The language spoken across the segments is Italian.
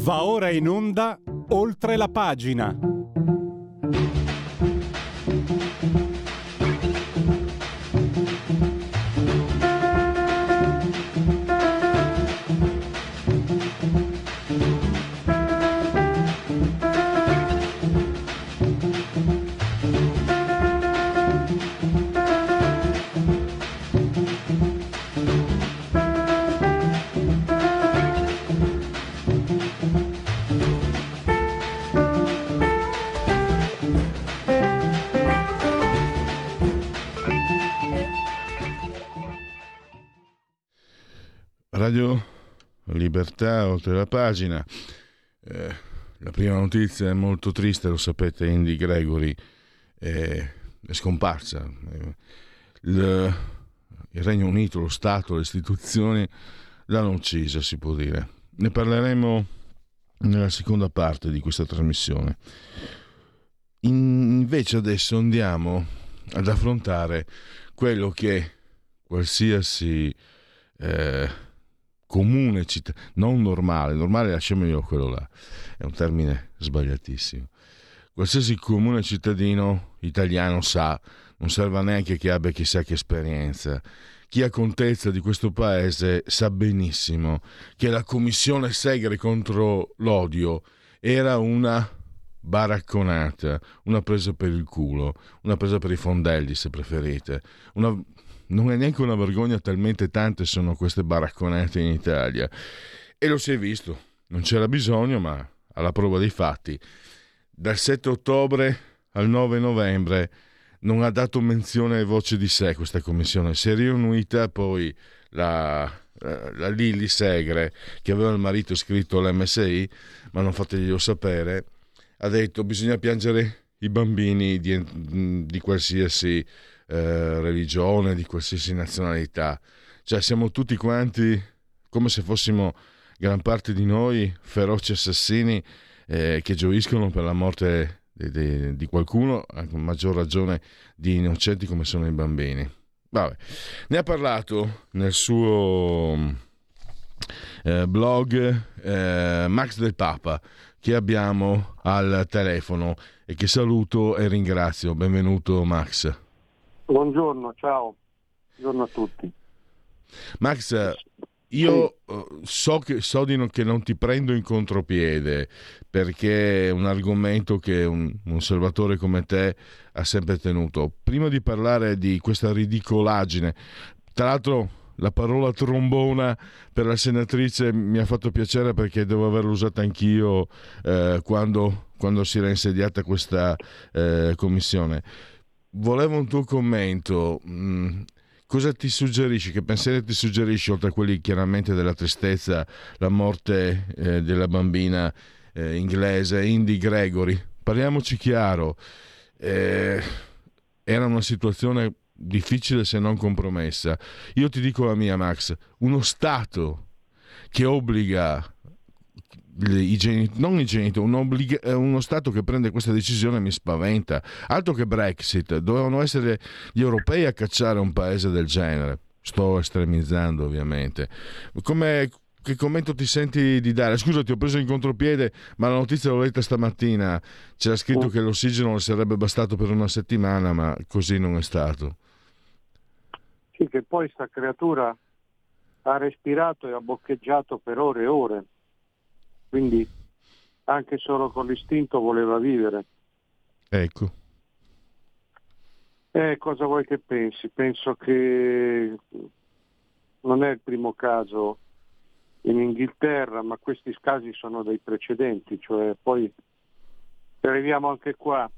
Va ora in onda Oltre la pagina. Radio Libertà, oltre la pagina. La prima notizia è molto triste, lo sapete, Indi Gregory è scomparsa. Il Regno Unito, lo Stato, le istituzioni l'hanno uccisa, si può dire. Ne parleremo nella seconda parte di questa trasmissione. Invece adesso andiamo ad affrontare quello che qualsiasi comune cittadino, non normale lasciamolo quello là, è un termine sbagliatissimo. Qualsiasi comune cittadino italiano sa, non serve neanche che abbia chissà che esperienza. Chi ha contezza di questo paese sa benissimo che la commissione Segre contro l'odio era una baracconata, una presa per il culo, una presa per i fondelli se preferite, non è neanche una vergogna, talmente tante sono queste baracconate in Italia. E lo si è visto, non c'era bisogno, ma alla prova dei fatti. Dal 7 ottobre al 9 novembre non ha dato menzione e voce di sé questa commissione. Si è riunita poi la Lilli Segre, che aveva il marito iscritto all'MSI, ma non fateglielo sapere, ha detto bisogna piangere i bambini di qualsiasi religione, di qualsiasi nazionalità, cioè siamo tutti quanti come se fossimo gran parte di noi feroci assassini che gioiscono per la morte di qualcuno, a maggior ragione di innocenti come sono i bambini. Vabbè, ne ha parlato nel suo blog Max Del Papa, che abbiamo al telefono e che saluto e ringrazio. Benvenuto Max. Buongiorno, ciao, buongiorno a tutti. Max, io che non ti prendo in contropiede, perché è un argomento che un osservatore come te ha sempre tenuto. Prima di parlare di questa ridicolaggine, tra l'altro la parola trombona per la senatrice mi ha fatto piacere perché devo averla usata anch'io quando si era insediata questa commissione. Volevo un tuo commento. Cosa ti suggerisci? Che pensieri ti suggerisci, oltre a quelli chiaramente della tristezza, la morte della bambina inglese, Indi Gregory? Parliamoci chiaro, era una situazione difficile se non compromessa. Io ti dico la mia, Max, uno Stato che obbliga uno Stato che prende questa decisione mi spaventa. Altro che Brexit, dovevano essere gli europei a cacciare un paese del genere. Sto estremizzando ovviamente. Che commento ti senti di dare? Scusa, ti ho preso in contropiede, ma la notizia l'ho letta stamattina, c'era scritto che l'ossigeno le sarebbe bastato per una settimana, ma così non è stato. Sì, che poi sta creatura ha respirato e ha boccheggiato per ore e ore, quindi anche solo con l'istinto voleva vivere. Ecco. Cosa vuoi che pensi? Penso che non è il primo caso in Inghilterra, ma questi casi sono dei precedenti, cioè poi arriviamo anche qua.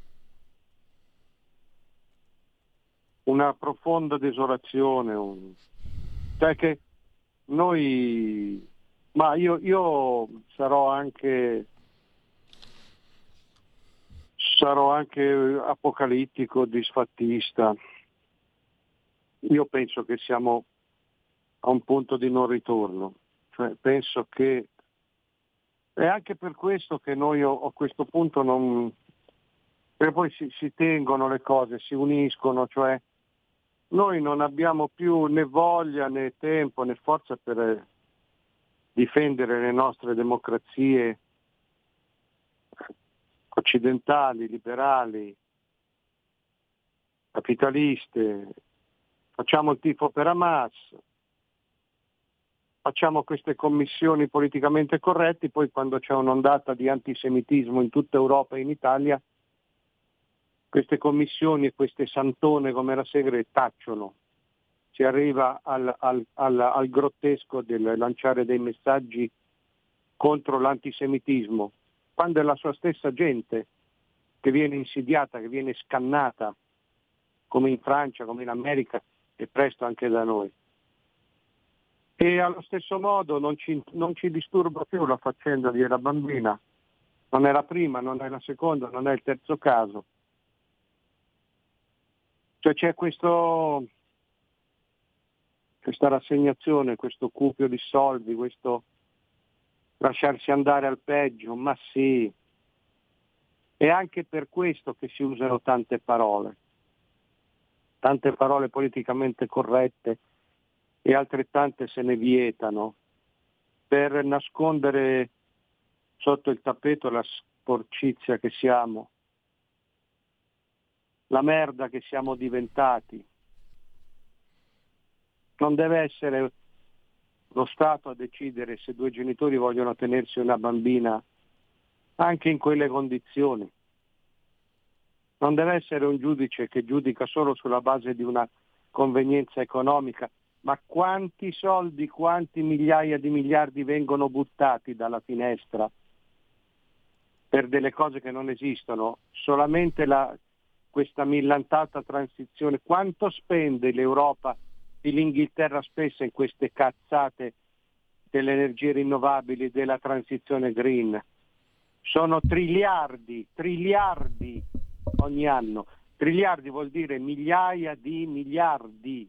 Una profonda desolazione, cioè che noi, ma io sarò anche apocalittico, disfattista. Io penso che siamo a un punto di non ritorno, cioè penso che è anche per questo che noi a questo punto non, perché poi si tengono le cose, si uniscono, cioè noi non abbiamo più né voglia né tempo né forza per difendere le nostre democrazie occidentali, liberali, capitaliste, facciamo il tifo per Hamas, facciamo queste commissioni politicamente corretti, poi quando c'è un'ondata di antisemitismo in tutta Europa e in Italia, queste commissioni e queste santone come la Segre tacciono. Si arriva al grottesco del lanciare dei messaggi contro l'antisemitismo, quando è la sua stessa gente che viene insidiata, che viene scannata, come in Francia, come in America e presto anche da noi. E allo stesso modo non ci disturba più la faccenda di una bambina, non è la prima, non è la seconda, non è il terzo caso. Cioè c'è questa rassegnazione, questo cupio di soldi, questo lasciarsi andare al peggio, ma sì. È anche per questo che si usano tante parole politicamente corrette, e altrettante se ne vietano per nascondere sotto il tappeto la sporcizia che siamo, la merda che siamo diventati. Non deve essere lo Stato a decidere se due genitori vogliono tenersi una bambina anche in quelle condizioni. Non deve essere un giudice che giudica solo sulla base di una convenienza economica. Ma quanti soldi, quanti migliaia di miliardi vengono buttati dalla finestra per delle cose che non esistono? Solamente questa millantata transizione. Quanto spende l'Europa e l'Inghilterra spesso in queste cazzate delle energie rinnovabili, della transizione green? Sono triliardi ogni anno. Triliardi vuol dire migliaia di miliardi.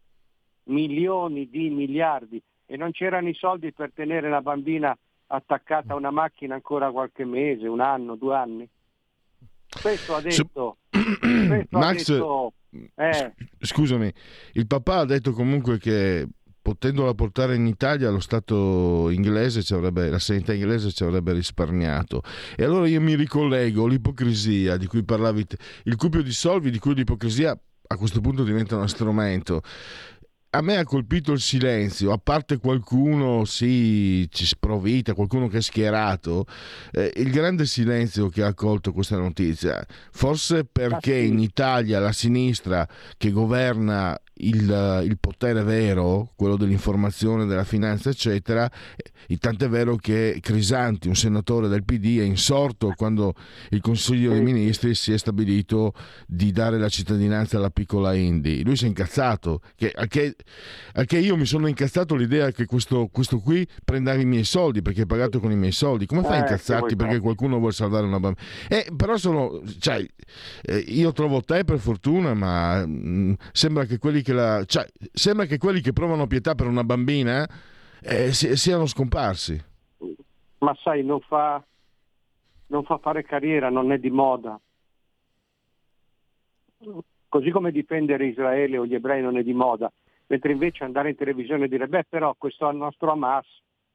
Milioni di miliardi, e non c'erano i soldi per tenere una bambina attaccata a una macchina ancora qualche mese, un anno, 2 anni. Questo ha detto. Max, scusami, il papà ha detto comunque che potendola portare in Italia lo Stato inglese la sanità inglese ci avrebbe risparmiato. E allora io mi ricollego l'ipocrisia di cui parlavi, il cupio di soldi di cui l'ipocrisia a questo punto diventa uno strumento. A me ha colpito il silenzio, a parte qualcuno ci sprovvita, qualcuno che è schierato, il grande silenzio che ha accolto questa notizia, forse perché in Italia la sinistra che governa il potere vero, quello dell'informazione, della finanza eccetera, tant'è vero che Crisanti, un senatore del PD, è insorto quando il Consiglio dei Ministri si è stabilito di dare la cittadinanza alla piccola Indy. Lui si è incazzato, anche io mi sono incazzato l'idea che questo qui prenda i miei soldi perché è pagato con i miei soldi. Come fai a incazzarti perché qualcuno vuole salvare una bambina? Però io trovo te per fortuna, ma sembra che quelli che provano pietà per una bambina siano scomparsi. Ma sai, non fa fare carriera, non è di moda. Così come difendere Israele o gli ebrei non è di moda, mentre invece andare in televisione e dire però questo è il nostro Hamas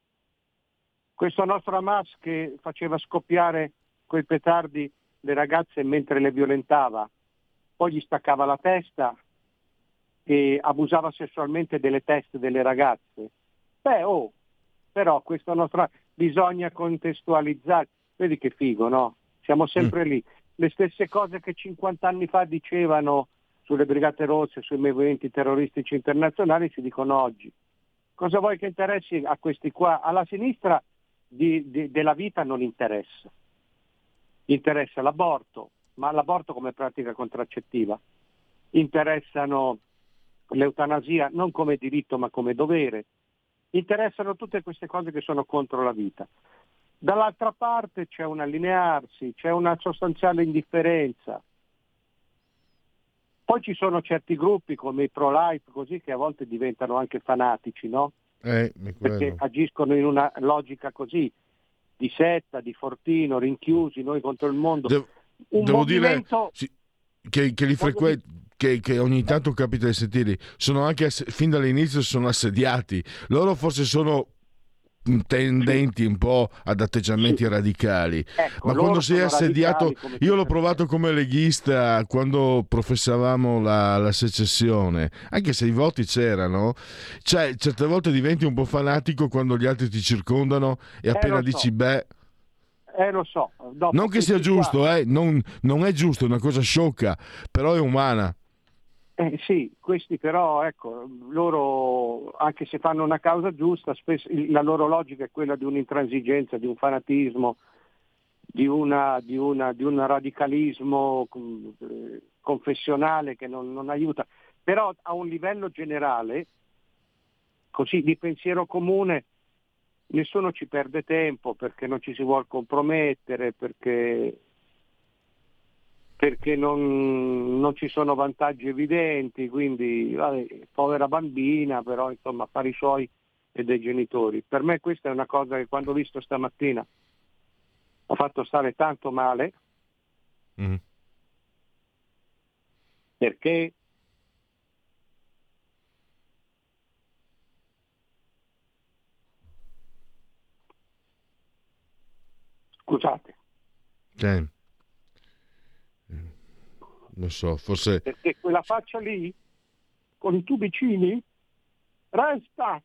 che faceva scoppiare coi petardi le ragazze mentre le violentava, poi gli staccava la testa e abusava sessualmente delle teste delle ragazze. Però questo nostro bisogna contestualizzare. Vedi che figo, no? Siamo sempre lì. Le stesse cose che 50 anni fa dicevano sulle Brigate Rosse, sui movimenti terroristici internazionali, si dicono oggi. Cosa vuoi che interessi a questi qua? Alla sinistra della vita non interessa. Interessa l'aborto, ma l'aborto come pratica contraccettiva. Interessano l'eutanasia non come diritto ma come dovere. Interessano tutte queste cose che sono contro la vita. Dall'altra parte c'è un allinearsi, c'è una sostanziale indifferenza. Poi ci sono certi gruppi come i pro-life così che a volte diventano anche fanatici, no? Perché agiscono in una logica così, di setta, di fortino, rinchiusi, noi contro il mondo. Devo dire che ogni tanto capita di sentirli, sono anche fin dall'inizio sono assediati. Loro forse sono tendenti un po' ad atteggiamenti radicali. Ecco, Ma quando si è assediato, io l'ho provato come come leghista quando professavamo la secessione, anche se i voti c'erano, cioè certe volte diventi un po' fanatico quando gli altri ti circondano e appena lo so. dici beh. Lo so. Dopo Non che sia giusto, non è giusto, è una cosa sciocca, però è umana. Sì, questi però, ecco, loro, anche se fanno una causa giusta, spesso la loro logica è quella di un'intransigenza, di un fanatismo, di un radicalismo confessionale che non aiuta. Però a un livello generale, così di pensiero comune, nessuno ci perde tempo perché non ci si vuole compromettere, perché non ci sono vantaggi evidenti, quindi povera bambina, però insomma affari suoi e dei genitori. Per me questa è una cosa che quando ho visto stamattina ha fatto stare tanto male, perché scusate, non so, forse perché quella faccia lì con i tubicini resta.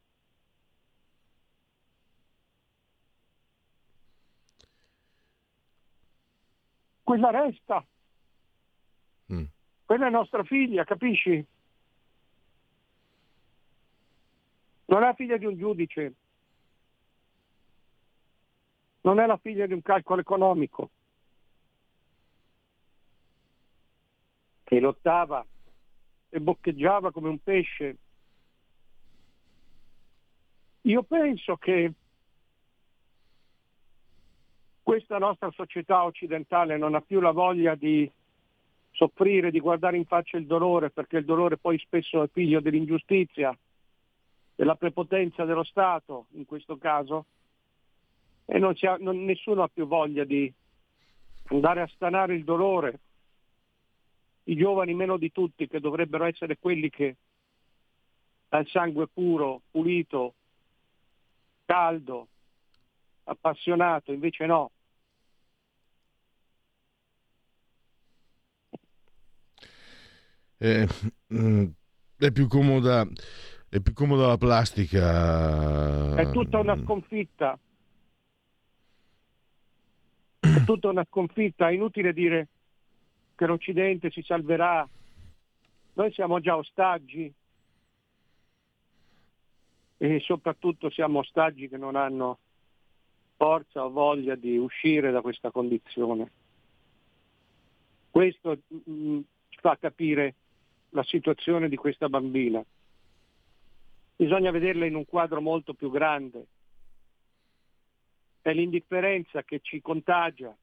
Quella resta. Quella è nostra figlia, capisci? Non è la figlia di un giudice, non è la figlia di un calcolo economico, che lottava e boccheggiava come un pesce. Io penso che questa nostra società occidentale non ha più la voglia di soffrire, di guardare in faccia il dolore, perché il dolore poi spesso è figlio dell'ingiustizia, della prepotenza dello Stato in questo caso, e nessuno ha più voglia di andare a stanare il dolore. I giovani meno di tutti, che dovrebbero essere quelli che dal sangue puro, pulito, caldo, appassionato, invece no. È più comoda la plastica. È tutta una sconfitta. È tutta una sconfitta. È inutile dire che l'Occidente si salverà. Noi siamo già ostaggi e soprattutto siamo ostaggi che non hanno forza o voglia di uscire da questa condizione. Questo ci fa capire la situazione di questa bambina. Bisogna vederla in un quadro molto più grande. È l'indifferenza che ci contagia.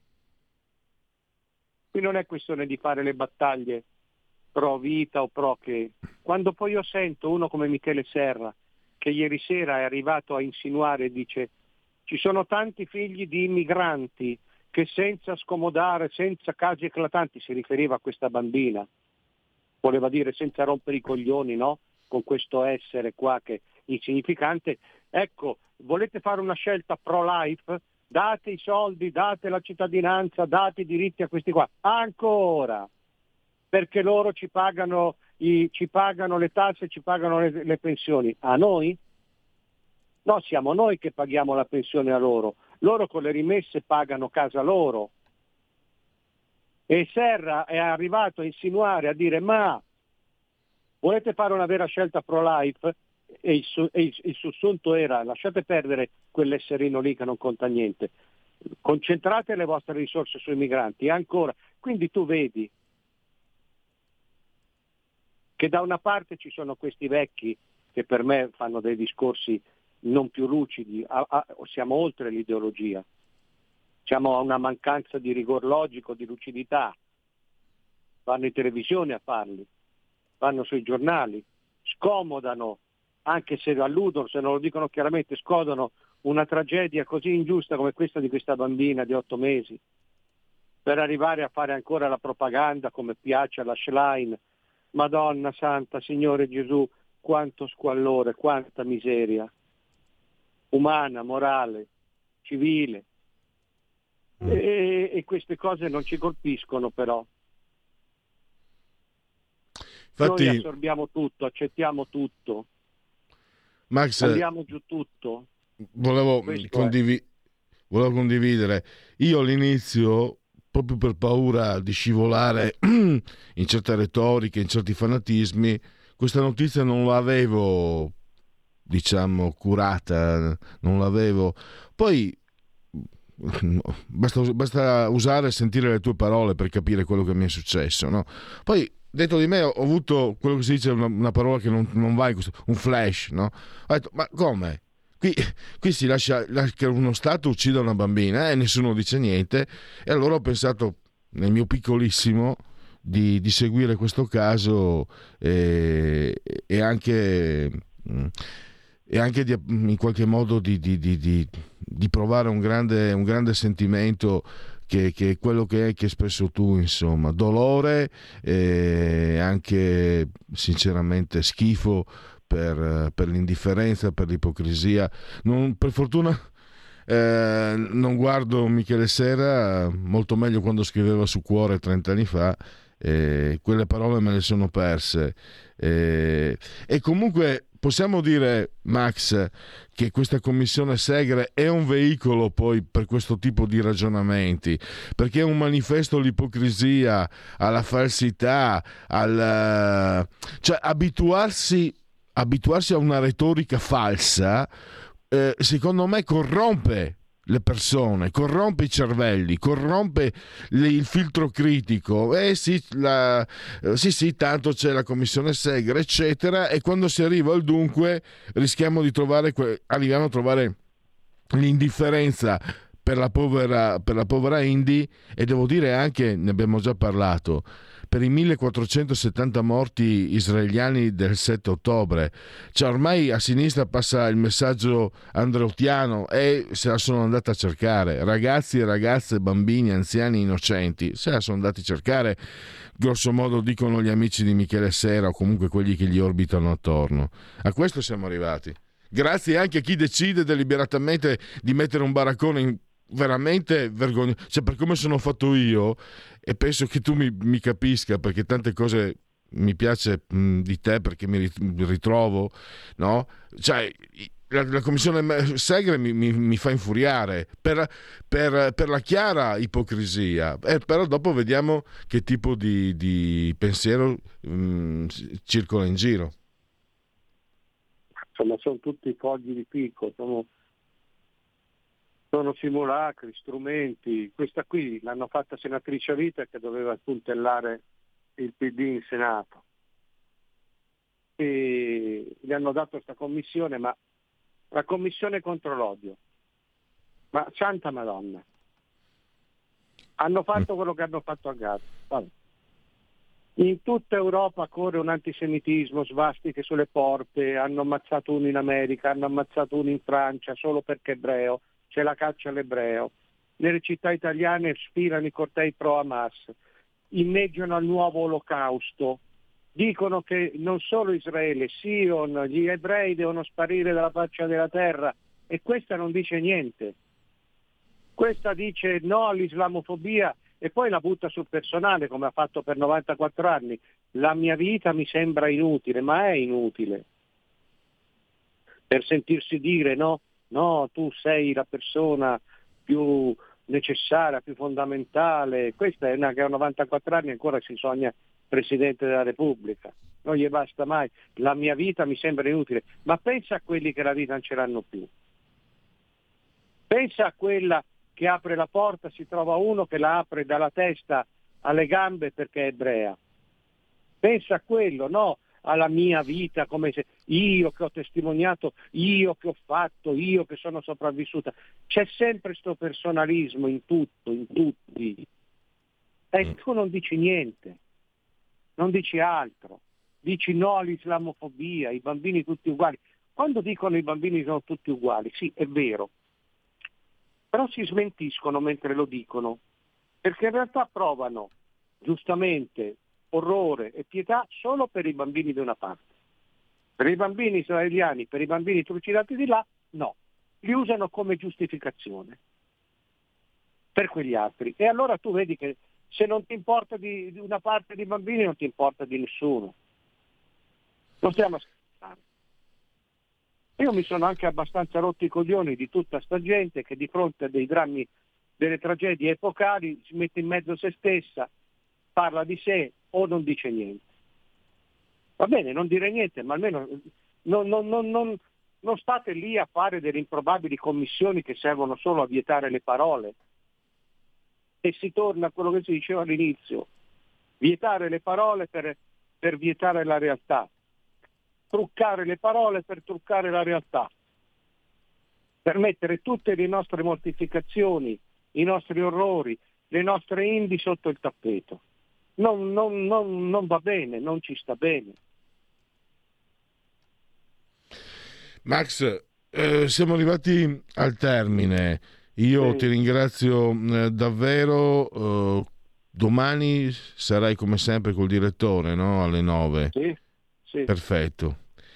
Qui non è questione di fare le battaglie pro vita o pro che. Quando poi io sento uno come Michele Serra, che ieri sera è arrivato a insinuare e dice ci sono tanti figli di immigranti che senza scomodare, senza casi eclatanti, si riferiva a questa bambina, voleva dire senza rompere i coglioni, no? Con questo essere qua che è insignificante. Ecco, volete fare una scelta pro-life? Date i soldi, date la cittadinanza, date i diritti a questi qua. Ancora! Perché loro ci pagano le tasse, ci pagano le pensioni. A noi? No, siamo noi che paghiamo la pensione a loro. Loro con le rimesse pagano casa loro. E Serra è arrivato a insinuare, a dire ma volete fare una vera scelta pro-life? E il sussunto era lasciate perdere quell'esserino lì che non conta niente. Concentrate le vostre risorse sui migranti. E ancora, quindi tu vedi che da una parte ci sono questi vecchi che per me fanno dei discorsi non più lucidi, siamo oltre l'ideologia, siamo a una mancanza di rigor logico, di lucidità, vanno in televisione a farli, vanno sui giornali, scomodano, anche se alludono, se non lo dicono chiaramente, scodono una tragedia così ingiusta come questa di questa bambina di 8 mesi, per arrivare a fare ancora la propaganda come piace alla Schlein. Madonna Santa, Signore Gesù, quanto squallore, quanta miseria. umana, morale, civile. E queste cose non ci colpiscono però. Infatti, noi assorbiamo tutto, accettiamo tutto, Max, andiamo giù tutto. volevo condividere. Io all'inizio, proprio per paura di scivolare in certe retoriche, in certi fanatismi, questa notizia non l'avevo, diciamo, curata, non l'avevo. Poi basta usare e sentire le tue parole per capire quello che mi è successo, no? Poi dentro di me ho avuto quello che si dice una parola che non va in questo, un flash, no? Ho detto, ma come? Qui si lascia che uno Stato uccida una bambina e nessuno dice niente, e allora ho pensato nel mio piccolissimo di seguire questo caso e anche in qualche modo di provare un grande sentimento che è quello che hai espresso tu, insomma, dolore e anche sinceramente schifo per l'indifferenza, per l'ipocrisia. Per fortuna non guardo Michele Serra, molto meglio quando scriveva su Cuore 30 anni fa, quelle parole me le sono perse. E comunque possiamo dire, Max, che questa commissione Segre è un veicolo poi per questo tipo di ragionamenti, perché è un manifesto all'ipocrisia, alla falsità, cioè abituarsi a una retorica falsa, secondo me corrompe le persone, corrompe i cervelli, corrompe il filtro critico. Sì, tanto c'è la commissione Segre, eccetera, e quando si arriva al dunque arriviamo a trovare l'indifferenza per la povera Indy, e devo dire anche, ne abbiamo già parlato, per i 1470 morti israeliani del 7 ottobre. Cioè ormai a sinistra passa il messaggio andreottiano e se la sono andata a cercare. Ragazzi e ragazze, bambini, anziani, innocenti, se la sono andati a cercare, grosso modo dicono gli amici di Michele Serra o comunque quelli che gli orbitano attorno. A questo siamo arrivati. Grazie anche a chi decide deliberatamente di mettere un baraccone veramente vergognoso, cioè per come sono fatto io, e penso che tu mi capisca, perché tante cose mi piace di te, perché mi ritrovo, no? Cioè la commissione Segre mi fa infuriare per la chiara ipocrisia, però dopo vediamo che tipo di pensiero circola in giro. Insomma, sono tutti fogli di picco, sono simulacri, strumenti. Questa qui l'hanno fatta senatrice a vita, che doveva puntellare il PD in Senato, e gli hanno dato questa commissione, ma la commissione contro l'odio, ma santa Madonna, hanno fatto quello che hanno fatto a Gaza. Vabbè. In tutta Europa corre un antisemitismo, svastiche sulle porte, hanno ammazzato uno in America, hanno ammazzato uno in Francia solo perché ebreo, c'è la caccia all'ebreo. Nelle città italiane sfilano i cortei pro Hamas, inneggiano al nuovo olocausto, dicono che non solo Israele, Sion, gli ebrei devono sparire dalla faccia della terra, e questa non dice niente. Questa dice no all'islamofobia e poi la butta sul personale, come ha fatto per 94 anni. La mia vita mi sembra inutile, ma è inutile. Per sentirsi dire no, tu sei la persona più necessaria, più fondamentale. Questa è una che ha 94 anni e ancora si sogna Presidente della Repubblica. Non gli basta mai. La mia vita mi sembra inutile. Ma pensa a quelli che la vita non ce l'hanno più. Pensa a quella che apre la porta, si trova uno che la apre dalla testa alle gambe perché è ebrea. Pensa a quello, no alla mia vita, come se io che ho testimoniato, io che ho fatto, io che sono sopravvissuta. C'è sempre sto personalismo in tutto, in tutti. E tu non dici niente, non dici altro. Dici no all'islamofobia, i bambini tutti uguali. Quando dicono i bambini sono tutti uguali, sì, è vero. Però si smentiscono mentre lo dicono, perché in realtà provano giustamente orrore e pietà solo per i bambini di una parte. Per i bambini israeliani, per i bambini trucidati di là, no. li usano come giustificazione per quegli altri. E allora tu vedi che se non ti importa di una parte dei bambini, non ti importa di nessuno. Non stiamo a scherzare. Io mi sono anche abbastanza rotto i coglioni di tutta sta gente che di fronte a dei drammi, delle tragedie epocali, si mette in mezzo a se stessa, parla di sé o non dice niente. Va bene, non dire niente, ma almeno non state lì a fare delle improbabili commissioni che servono solo a vietare le parole. E si torna a quello che si diceva all'inizio, vietare le parole per vietare la realtà, truccare le parole per truccare la realtà, per mettere tutte le nostre mortificazioni, i nostri orrori, le nostre indie sotto il tappeto. Non va bene, non ci sta bene. Max, siamo arrivati al termine. Io ti ringrazio davvero. Domani sarai come sempre col direttore, no? Alle 9. Sì. Perfetto.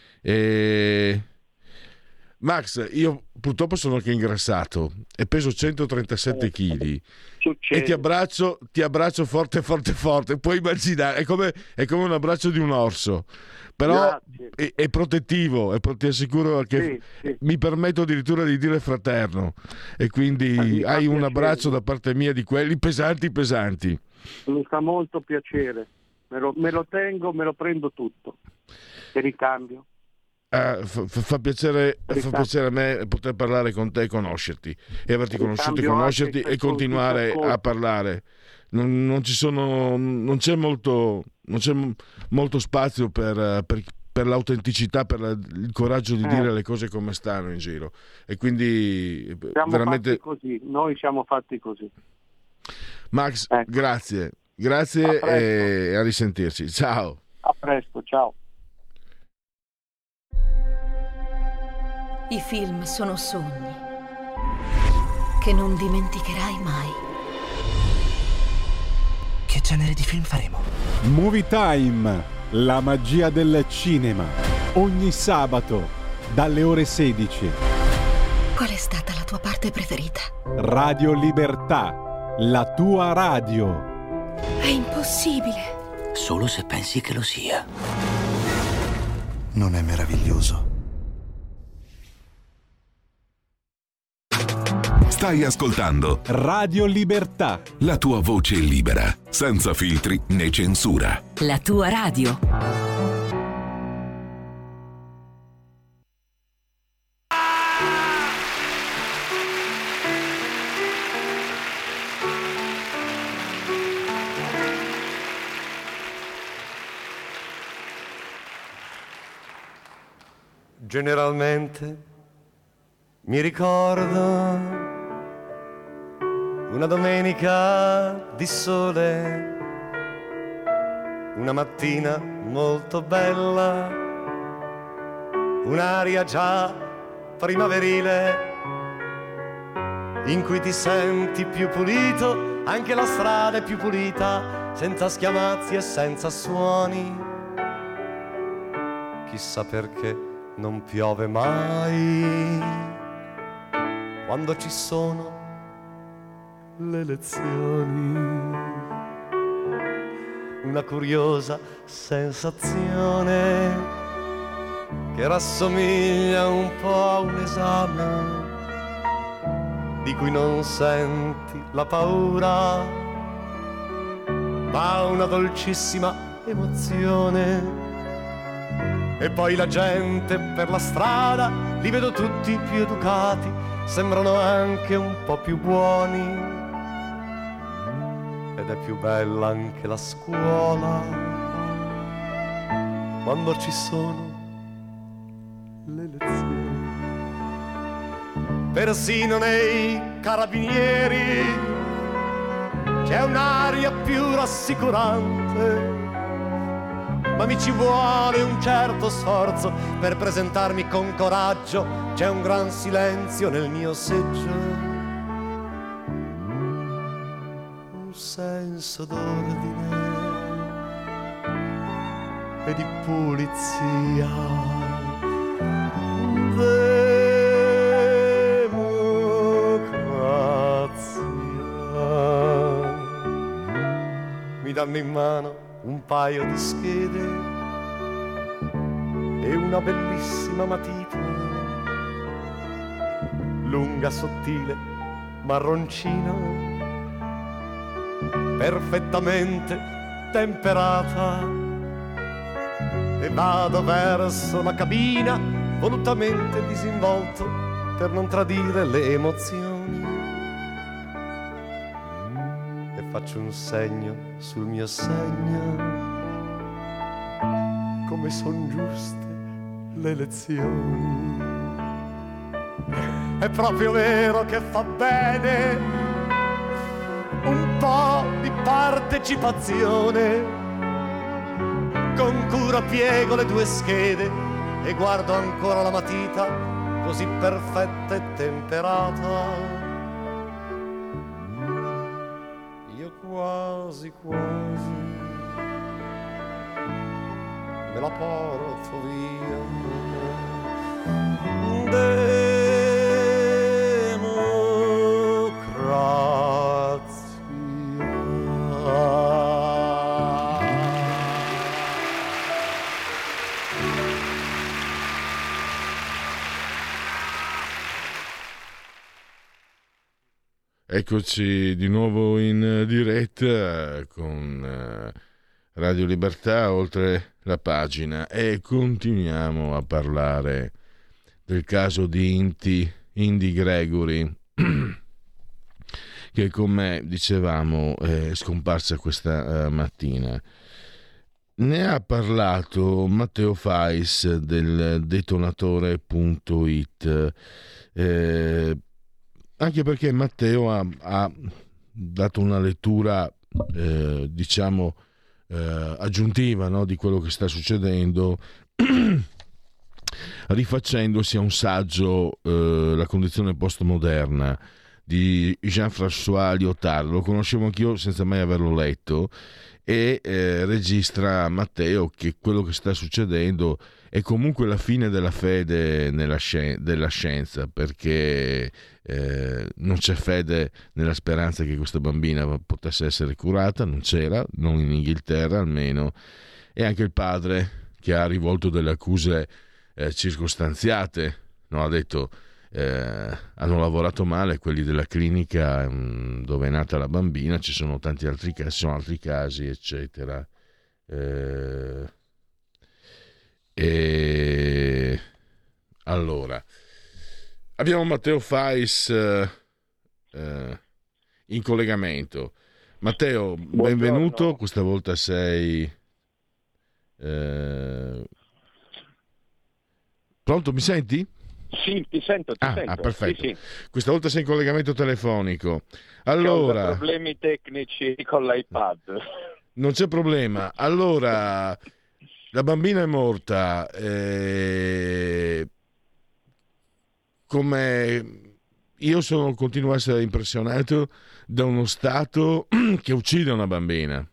Max, io purtroppo sono anche ingrassato e peso 137 kg e ti abbraccio forte forte forte. Puoi immaginare, è come un abbraccio di un orso, però è protettivo, e ti assicuro che mi permetto addirittura di dire fraterno, e quindi hai un abbraccio da parte mia di quelli pesanti. Mi fa molto piacere, me lo tengo, me lo prendo tutto per il cambio. Fa piacere a me poter parlare con te e conoscerti, e averti conosciuto e conoscerti e continuare a parlare. Non c'è molto spazio per l'autenticità, per il coraggio di dire le cose come stanno in giro, e quindi siamo veramente fatti così. Noi siamo fatti così. Max, ecco. grazie e a risentirci. Ciao. A presto, ciao. I film sono sogni che non dimenticherai mai. Che genere di film faremo? Movie Time, la magia del cinema. Ogni sabato, dalle ore 16. Qual è stata la tua parte preferita? Radio Libertà, la tua radio. È impossibile. Solo se pensi che lo sia. Non è meraviglioso? Stai ascoltando Radio Libertà, la tua voce libera, senza filtri né censura. La tua radio. Generalmente mi ricordo una domenica di sole, una mattina molto bella, un'aria già primaverile, in cui ti senti più pulito, anche la strada è più pulita, senza schiamazzi e senza suoni. Chissà perché non piove mai quando ci sono le lezioni. Una curiosa sensazione che rassomiglia un po' a un esame di cui non senti la paura, ma una dolcissima emozione. E poi la gente per la strada, li vedo tutti più educati, sembrano anche un po' più buoni. Ed è più bella anche la scuola quando ci sono le lezioni. Persino nei carabinieri c'è un'aria più rassicurante, ma mi ci vuole un certo sforzo per presentarmi con coraggio. C'è un gran silenzio nel mio seggio, senso d'ordine e di pulizia. hanno in mano un paio di schede e una bellissima matita, lunga, sottile, marroncina, perfettamente temperata. E vado verso la cabina, volutamente disinvolto per non tradire le emozioni, e faccio un segno sul mio segno, come son giuste le lezioni. È proprio vero che fa bene un po' di partecipazione. Con cura piego le due schede e guardo ancora la matita così perfetta e temperata. Io quasi quasi me la porto via. Eccoci di nuovo in diretta con Radio Libertà oltre la pagina e continuiamo a parlare del caso di Indy Gregory che, come dicevamo, è scomparsa questa mattina. Ne ha parlato Matteo Fais del detonatore.it, anche perché Matteo ha dato una lettura aggiuntiva, no, di quello che sta succedendo, rifaccendosi a un saggio, La condizione postmoderna di Jean-François Lyotard. Lo conoscevo anch'io senza mai averlo letto, e registra Matteo che quello che sta succedendo è comunque la fine della fede della scienza, perché non c'è fede nella speranza che questa bambina potesse essere curata, non c'era, non in Inghilterra almeno, e anche il padre, che ha rivolto delle accuse circostanziate, no? Ha detto hanno lavorato male quelli della clinica dove è nata la bambina, ci sono tanti altri casi, eccetera. E allora abbiamo Matteo Fais in collegamento. Matteo, benvenuto. Questa volta sei pronto? Mi senti? Sì, ti sento. Perfetto. Sì. Questa volta sei in collegamento telefonico. Allora, ho problemi tecnici con l'iPad. Non c'è problema. Allora, la bambina è morta. Come io continuo a essere impressionato da uno Stato che uccide una bambina.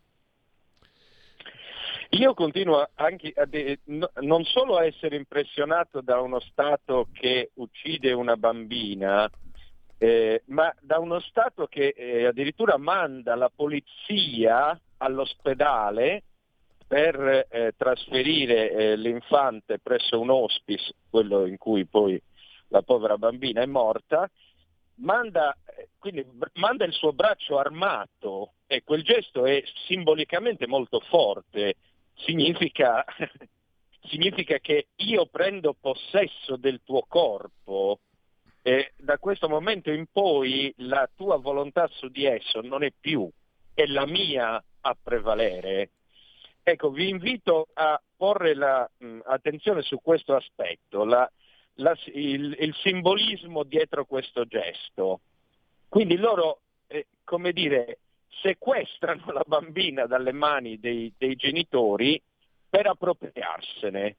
Io continuo anche non solo a essere impressionato da uno Stato che uccide una bambina, ma da uno Stato che addirittura manda la polizia all'ospedale per trasferire l'infante presso un hospice, quello in cui poi la povera bambina è morta, manda il suo braccio armato, e quel gesto è simbolicamente molto forte. Significa che io prendo possesso del tuo corpo e da questo momento in poi la tua volontà su di esso non è più, è la mia a prevalere. Ecco, vi invito a porre attenzione su questo aspetto, il simbolismo dietro questo gesto. Quindi loro, sequestrano la bambina dalle mani dei genitori per appropriarsene.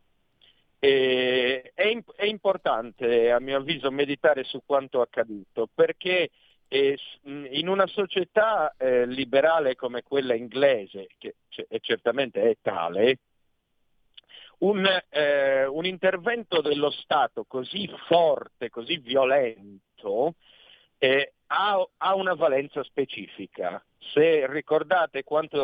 È importante, a mio avviso, meditare su quanto accaduto, perché in una società liberale come quella inglese, che certamente è tale, un intervento dello Stato così forte, così violento, ha una valenza specifica. Se ricordate quanto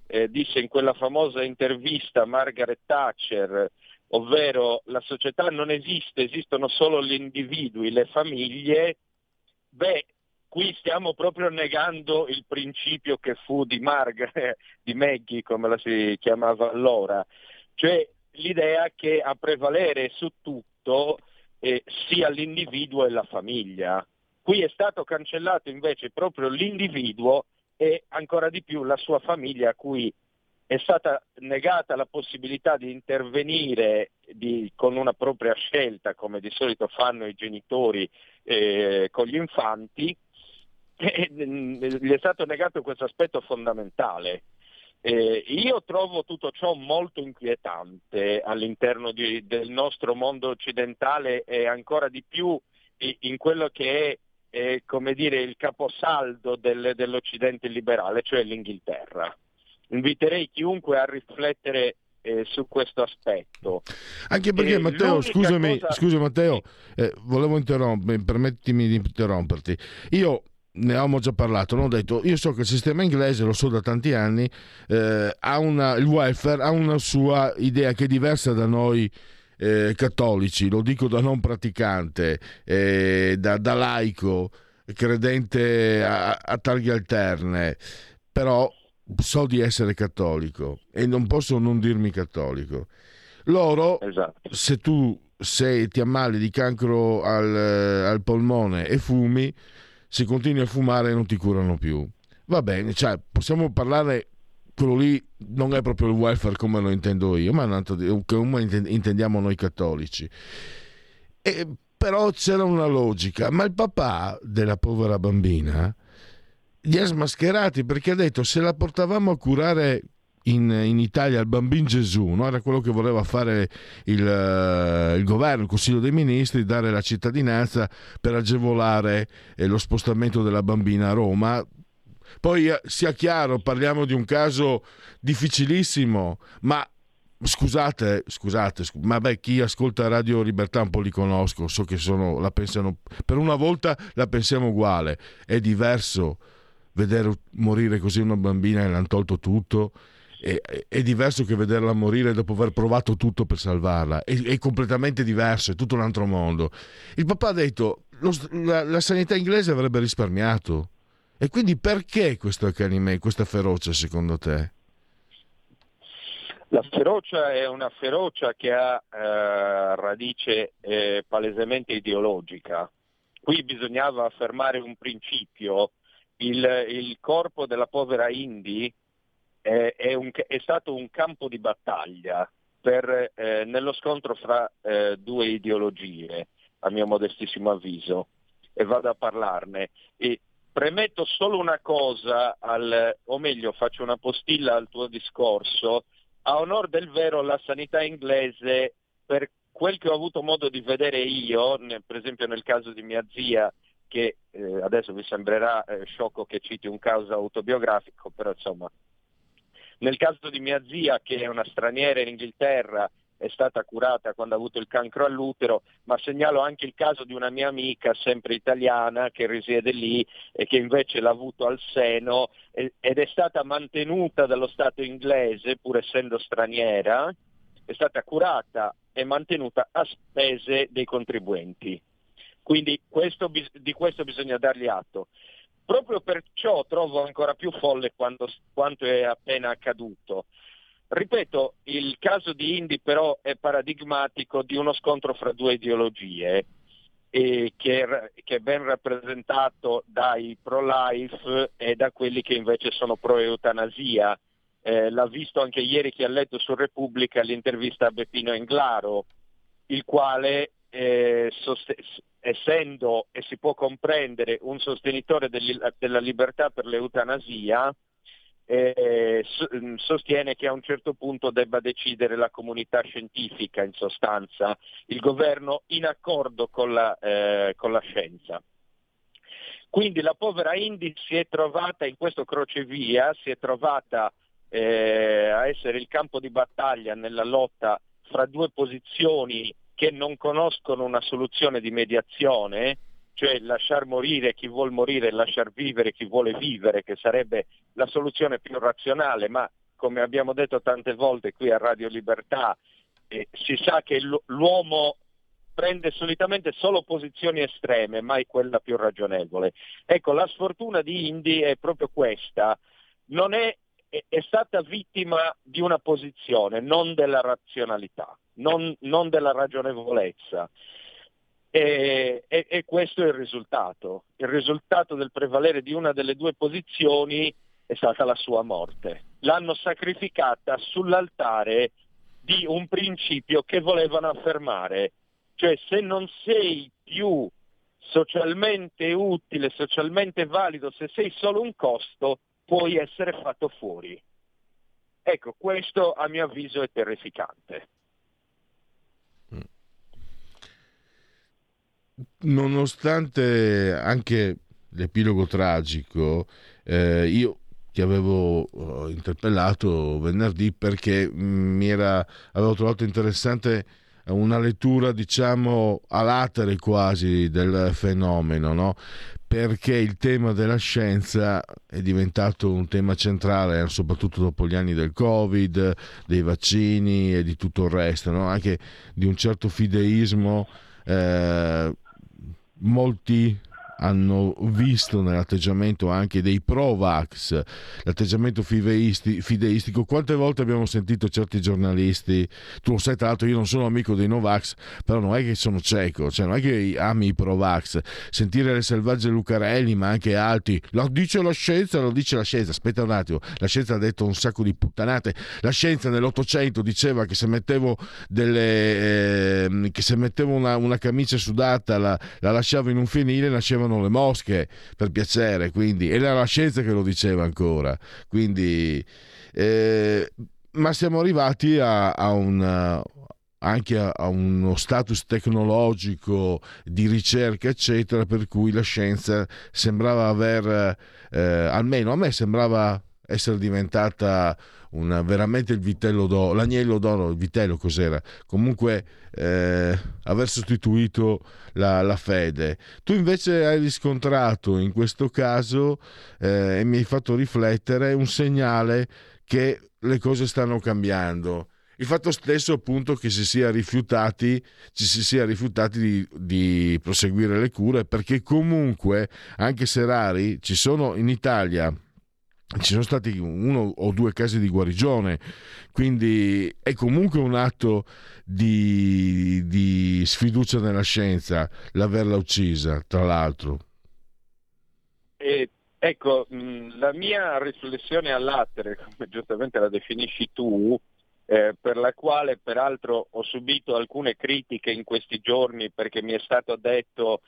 disse in quella famosa intervista Margaret Thatcher, ovvero la società non esiste, esistono solo gli individui, le famiglie, qui stiamo proprio negando il principio che fu di Maggie, come la si chiamava allora, cioè l'idea che a prevalere su tutto sia l'individuo e la famiglia. Qui è stato cancellato invece proprio l'individuo e ancora di più la sua famiglia, a cui è stata negata la possibilità di intervenire con una propria scelta, come di solito fanno i genitori con gli infanti, e gli è stato negato questo aspetto fondamentale. Io trovo tutto ciò molto inquietante all'interno del nostro mondo occidentale e ancora di più in quello che è come dire, il caposaldo dell'Occidente liberale, cioè l'Inghilterra. Inviterei chiunque a riflettere su questo aspetto. Anche perché Matteo, scusa Matteo, volevo permettimi di interromperti. Io ne abbiamo già parlato, non ho detto, io so che il sistema inglese, lo so da tanti anni, il welfare ha una sua idea che è diversa da noi cattolici, lo dico da non praticante, da laico, credente a targhe alterne, però so di essere cattolico e non posso non dirmi cattolico. Loro, esatto. Se ti ammali di cancro al polmone e fumi, se continui a fumare non ti curano più. Va bene, cioè possiamo parlare, quello lì non è proprio il welfare come lo intendo io, ma come intendiamo noi cattolici. Però c'era una logica, ma il papà della povera bambina li ha smascherati, perché ha detto: se la portavamo a curare in Italia al bambino Gesù, no? Era quello che voleva fare il governo, il Consiglio dei Ministri, dare la cittadinanza per agevolare lo spostamento della bambina a Roma. Poi sia chiaro, parliamo di un caso difficilissimo, ma scusate, ma chi ascolta Radio Libertà un po' li conosco, so che la pensano, per una volta la pensiamo uguale. È diverso vedere morire così una bambina e l'hanno tolto tutto, è diverso che vederla morire dopo aver provato tutto per salvarla, è completamente diverso, è tutto un altro mondo. Il papà ha detto la sanità inglese avrebbe risparmiato, e quindi perché questo accanimento, questa ferocia secondo te? La ferocia è una ferocia che ha radice palesemente ideologica. Qui bisognava affermare un principio: il corpo della povera Indy è stato un campo di battaglia nello scontro fra due ideologie, a mio modestissimo avviso, e vado a parlarne. E premetto solo una cosa, o meglio faccio una postilla al tuo discorso. A onor del vero, la sanità inglese, per quel che ho avuto modo di vedere io, per esempio nel caso di mia zia, che adesso vi sembrerà sciocco che citi un caso autobiografico, però insomma, nel caso di mia zia, che è una straniera in Inghilterra, è stata curata quando ha avuto il cancro all'utero, ma segnalo anche il caso di una mia amica, sempre italiana, che risiede lì e che invece l'ha avuto al seno ed è stata mantenuta dallo Stato inglese, pur essendo straniera, è stata curata e mantenuta a spese dei contribuenti. Quindi di questo bisogna dargli atto. Proprio perciò trovo ancora più folle quanto è appena accaduto. Ripeto, il caso di Indy però è paradigmatico di uno scontro fra due ideologie, che è ben rappresentato dai pro-life e da quelli che invece sono pro-eutanasia. L'ha visto anche ieri chi ha letto su Repubblica l'intervista a Beppino Englaro, il quale, essendo, e si può comprendere, un sostenitore della libertà per l'eutanasia, sostiene che a un certo punto debba decidere la comunità scientifica, in sostanza, il governo in accordo con la scienza. Quindi la povera Indy si è trovata in questo crocevia, si è trovata a essere il campo di battaglia nella lotta fra due posizioni che non conoscono una soluzione di mediazione, cioè lasciar morire chi vuol morire e lasciar vivere chi vuole vivere, che sarebbe la soluzione più razionale, ma come abbiamo detto tante volte qui a Radio Libertà, si sa che l'uomo prende solitamente solo posizioni estreme, mai quella più ragionevole. Ecco, la sfortuna di Indy è proprio questa, è stata vittima di una posizione, non della razionalità, non della ragionevolezza. E questo è il risultato. Il risultato del prevalere di una delle due posizioni è stata la sua morte. L'hanno sacrificata sull'altare di un principio che volevano affermare. Cioè, se non sei più socialmente utile, socialmente valido, se sei solo un costo, puoi essere fatto fuori. Ecco, questo a mio avviso è terrificante. Nonostante anche l'epilogo tragico, io ti avevo interpellato venerdì perché avevo trovato interessante una lettura, diciamo, a latere quasi del fenomeno, no? Perché il tema della scienza è diventato un tema centrale, soprattutto dopo gli anni del Covid, dei vaccini e di tutto il resto, no? Anche di un certo fideismo. Molti hanno visto nell'atteggiamento anche dei pro-vax l'atteggiamento fideistico. Quante volte abbiamo sentito certi giornalisti, tu lo sai, tra l'altro io non sono amico dei Novax, però non è che sono cieco, cioè non è che ami i pro-vax, sentire le selvagge Lucarelli ma anche altri, lo dice la scienza, aspetta un attimo, la scienza ha detto un sacco di puttanate. La scienza nell'Ottocento diceva che se mettevo una camicia sudata, la lasciavo in un fienile, nascevano le mosche, per piacere, quindi era la scienza che lo diceva ancora, quindi ma siamo arrivati anche a uno status tecnologico di ricerca eccetera, per cui la scienza sembrava almeno a me sembrava essere diventata veramente il vitello d'oro, l'agnello d'oro, il vitello cos'era? Comunque aver sostituito la fede. Tu invece hai riscontrato in questo caso e mi hai fatto riflettere un segnale che le cose stanno cambiando. Il fatto stesso appunto che ci si sia rifiutati di proseguire le cure, perché comunque, anche se rari, in Italia ci sono stati 1 o 2 casi di guarigione, quindi è comunque un atto di sfiducia nella scienza l'averla uccisa, tra l'altro. Ecco, la mia riflessione all'attere, come giustamente la definisci tu, per la quale peraltro ho subito alcune critiche in questi giorni, perché mi è stato detto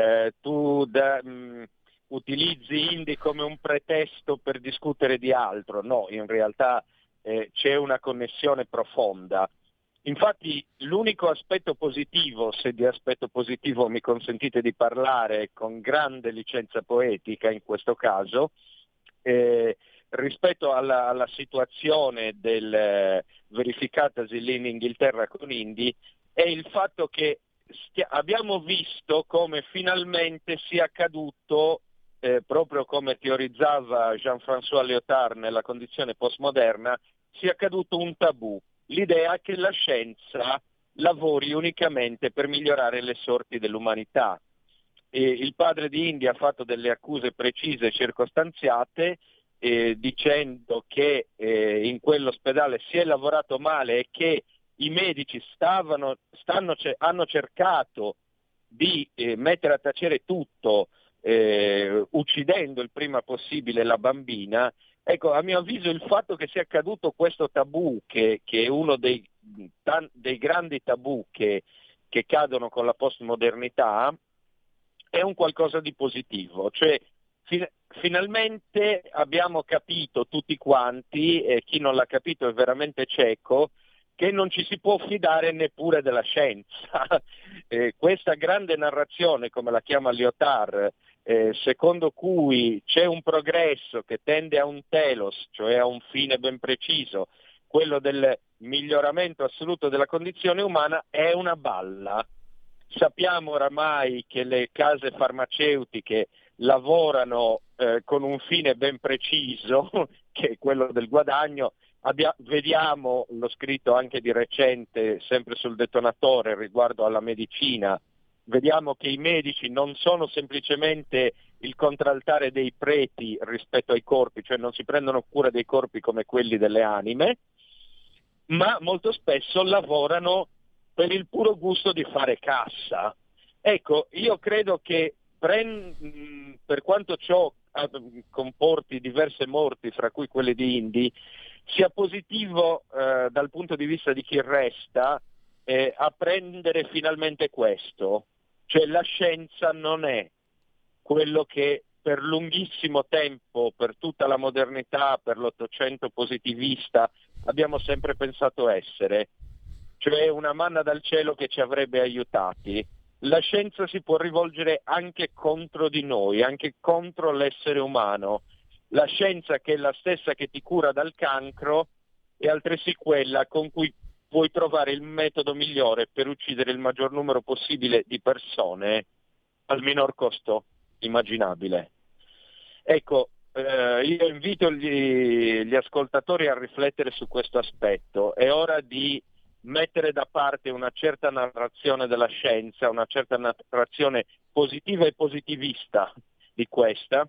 utilizzi Indy come un pretesto per discutere di altro. No, in realtà c'è una connessione profonda. Infatti l'unico aspetto positivo, se di aspetto positivo mi consentite di parlare con grande licenza poetica in questo caso, rispetto alla situazione verificatasi lì in Inghilterra con Indy, è il fatto che abbiamo visto come finalmente sia accaduto, proprio come teorizzava Jean-François Lyotard nella condizione postmoderna, sia accaduto un tabù, l'idea che la scienza lavori unicamente per migliorare le sorti dell'umanità. Il padre di Indy ha fatto delle accuse precise e circostanziate, dicendo che in quell'ospedale si è lavorato male e che i medici hanno cercato di mettere a tacere tutto, uccidendo il prima possibile la bambina. Ecco, a mio avviso il fatto che sia accaduto questo tabù, che è uno dei grandi tabù che cadono con la postmodernità, è un qualcosa di positivo. Cioè, finalmente abbiamo capito tutti quanti, e chi non l'ha capito è veramente cieco, che non ci si può fidare neppure della scienza. Questa grande narrazione, come la chiama Lyotard, secondo cui c'è un progresso che tende a un telos, cioè a un fine ben preciso, quello del miglioramento assoluto della condizione umana, è una balla. Sappiamo oramai che le case farmaceutiche lavorano con un fine ben preciso, che è quello del guadagno, Vediamo, l'ho scritto anche di recente, sempre sul detonatore riguardo alla medicina, vediamo che i medici non sono semplicemente il contraltare dei preti rispetto ai corpi, cioè non si prendono cura dei corpi come quelli delle anime, ma molto spesso lavorano per il puro gusto di fare cassa. Ecco, io credo che per quanto ciò comporti diverse morti, fra cui quelle di Indy, sia positivo dal punto di vista di chi resta apprendere finalmente questo, cioè la scienza non è quello che per lunghissimo tempo, per tutta la modernità, per l'Ottocento positivista, abbiamo sempre pensato essere, cioè una manna dal cielo che ci avrebbe aiutati. La scienza si può rivolgere anche contro di noi, anche contro l'essere umano. La scienza, che è la stessa che ti cura dal cancro, è altresì quella con cui puoi trovare il metodo migliore per uccidere il maggior numero possibile di persone al minor costo immaginabile. Ecco, io invito gli ascoltatori a riflettere su questo aspetto. È ora di mettere da parte una certa narrazione della scienza, una certa narrazione positiva e positivista di questa,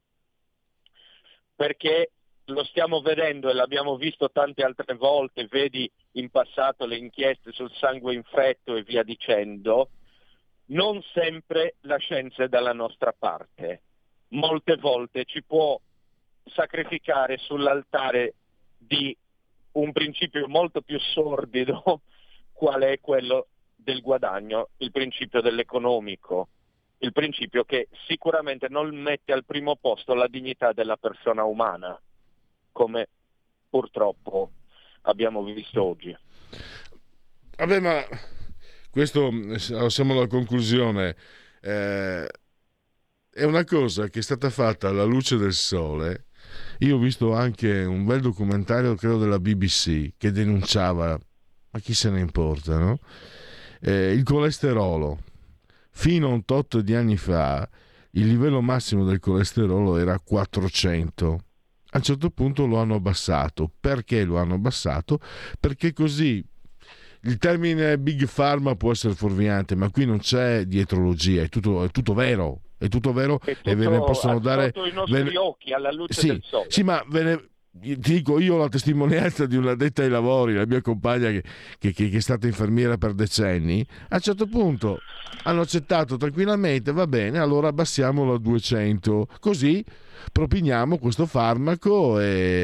perché lo stiamo vedendo e l'abbiamo visto tante altre volte, vedi in passato le inchieste sul sangue infetto e via dicendo, non sempre la scienza è dalla nostra parte. Molte volte ci può sacrificare sull'altare di un principio molto più sordido, quale è quello del guadagno, il principio dell'economico, il principio che sicuramente non mette al primo posto la dignità della persona umana, come purtroppo abbiamo visto oggi. Vabbè, ma questo, siamo alla conclusione, è una cosa che è stata fatta alla luce del sole. Io ho visto anche un bel documentario, credo della BBC, che denunciava, ma chi se ne importa, no? Il colesterolo. Fino a un tot di anni fa il livello massimo del colesterolo era 400. A un certo punto lo hanno abbassato. Perché lo hanno abbassato? Perché così il termine Big Pharma può essere fuorviante, ma qui non c'è dietrologia, è tutto vero. È tutto vero e ve ne possono dare sotto i nostri occhi, alla luce del sole. Sì, ma ti dico, io ho la testimonianza di un'addetta ai lavori, la mia compagna che è stata infermiera per decenni. A un certo punto hanno accettato tranquillamente, va bene, allora abbassiamolo a 200, così propiniamo questo farmaco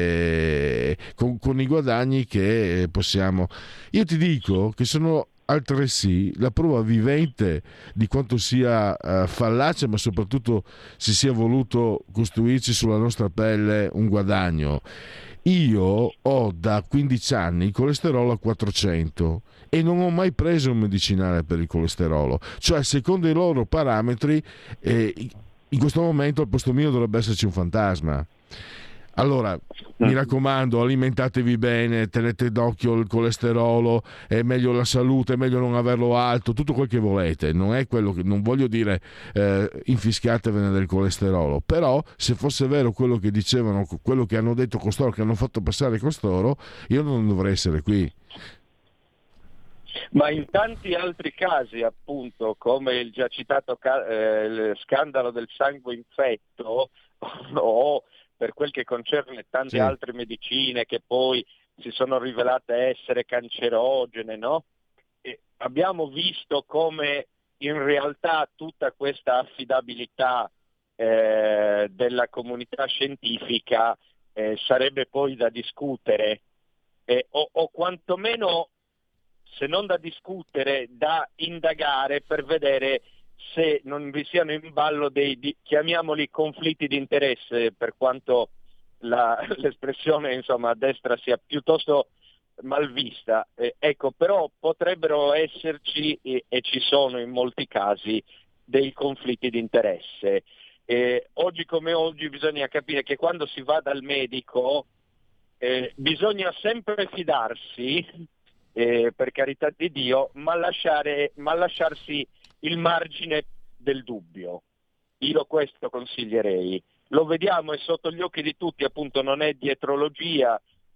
e con i guadagni che possiamo. Io ti dico che sono altresì la prova vivente di quanto sia fallace, ma soprattutto si sia voluto costruirci sulla nostra pelle un guadagno. Io ho da 15 anni il colesterolo a 400 e non ho mai preso un medicinale per il colesterolo, cioè secondo i loro parametri in questo momento al posto mio dovrebbe esserci un fantasma. Allora, mi raccomando, alimentatevi bene, tenete d'occhio il colesterolo, è meglio la salute, è meglio non averlo alto, tutto quel che volete, non è quello che, non voglio dire infischiatevene del colesterolo, però se fosse vero quello che dicevano, quello che hanno detto costoro, che hanno fatto passare costoro, io non dovrei essere qui. Ma in tanti altri casi, appunto, come il già citato il scandalo del sangue infetto, o per quel che concerne tante altre medicine che poi si sono rivelate essere cancerogene, no? E abbiamo visto come in realtà tutta questa affidabilità della comunità scientifica sarebbe poi da discutere, o quantomeno, se non da discutere, da indagare per vedere se non vi siano in ballo chiamiamoli conflitti di interesse, per quanto l'espressione insomma a destra sia piuttosto malvista. Ecco, però potrebbero esserci e ci sono in molti casi dei conflitti di interesse. Oggi come oggi bisogna capire che quando si va dal medico bisogna sempre fidarsi, per carità di Dio, ma lasciarsi il margine del dubbio. Io questo consiglierei. Lo vediamo, è sotto gli occhi di tutti, appunto, non è dietrologia,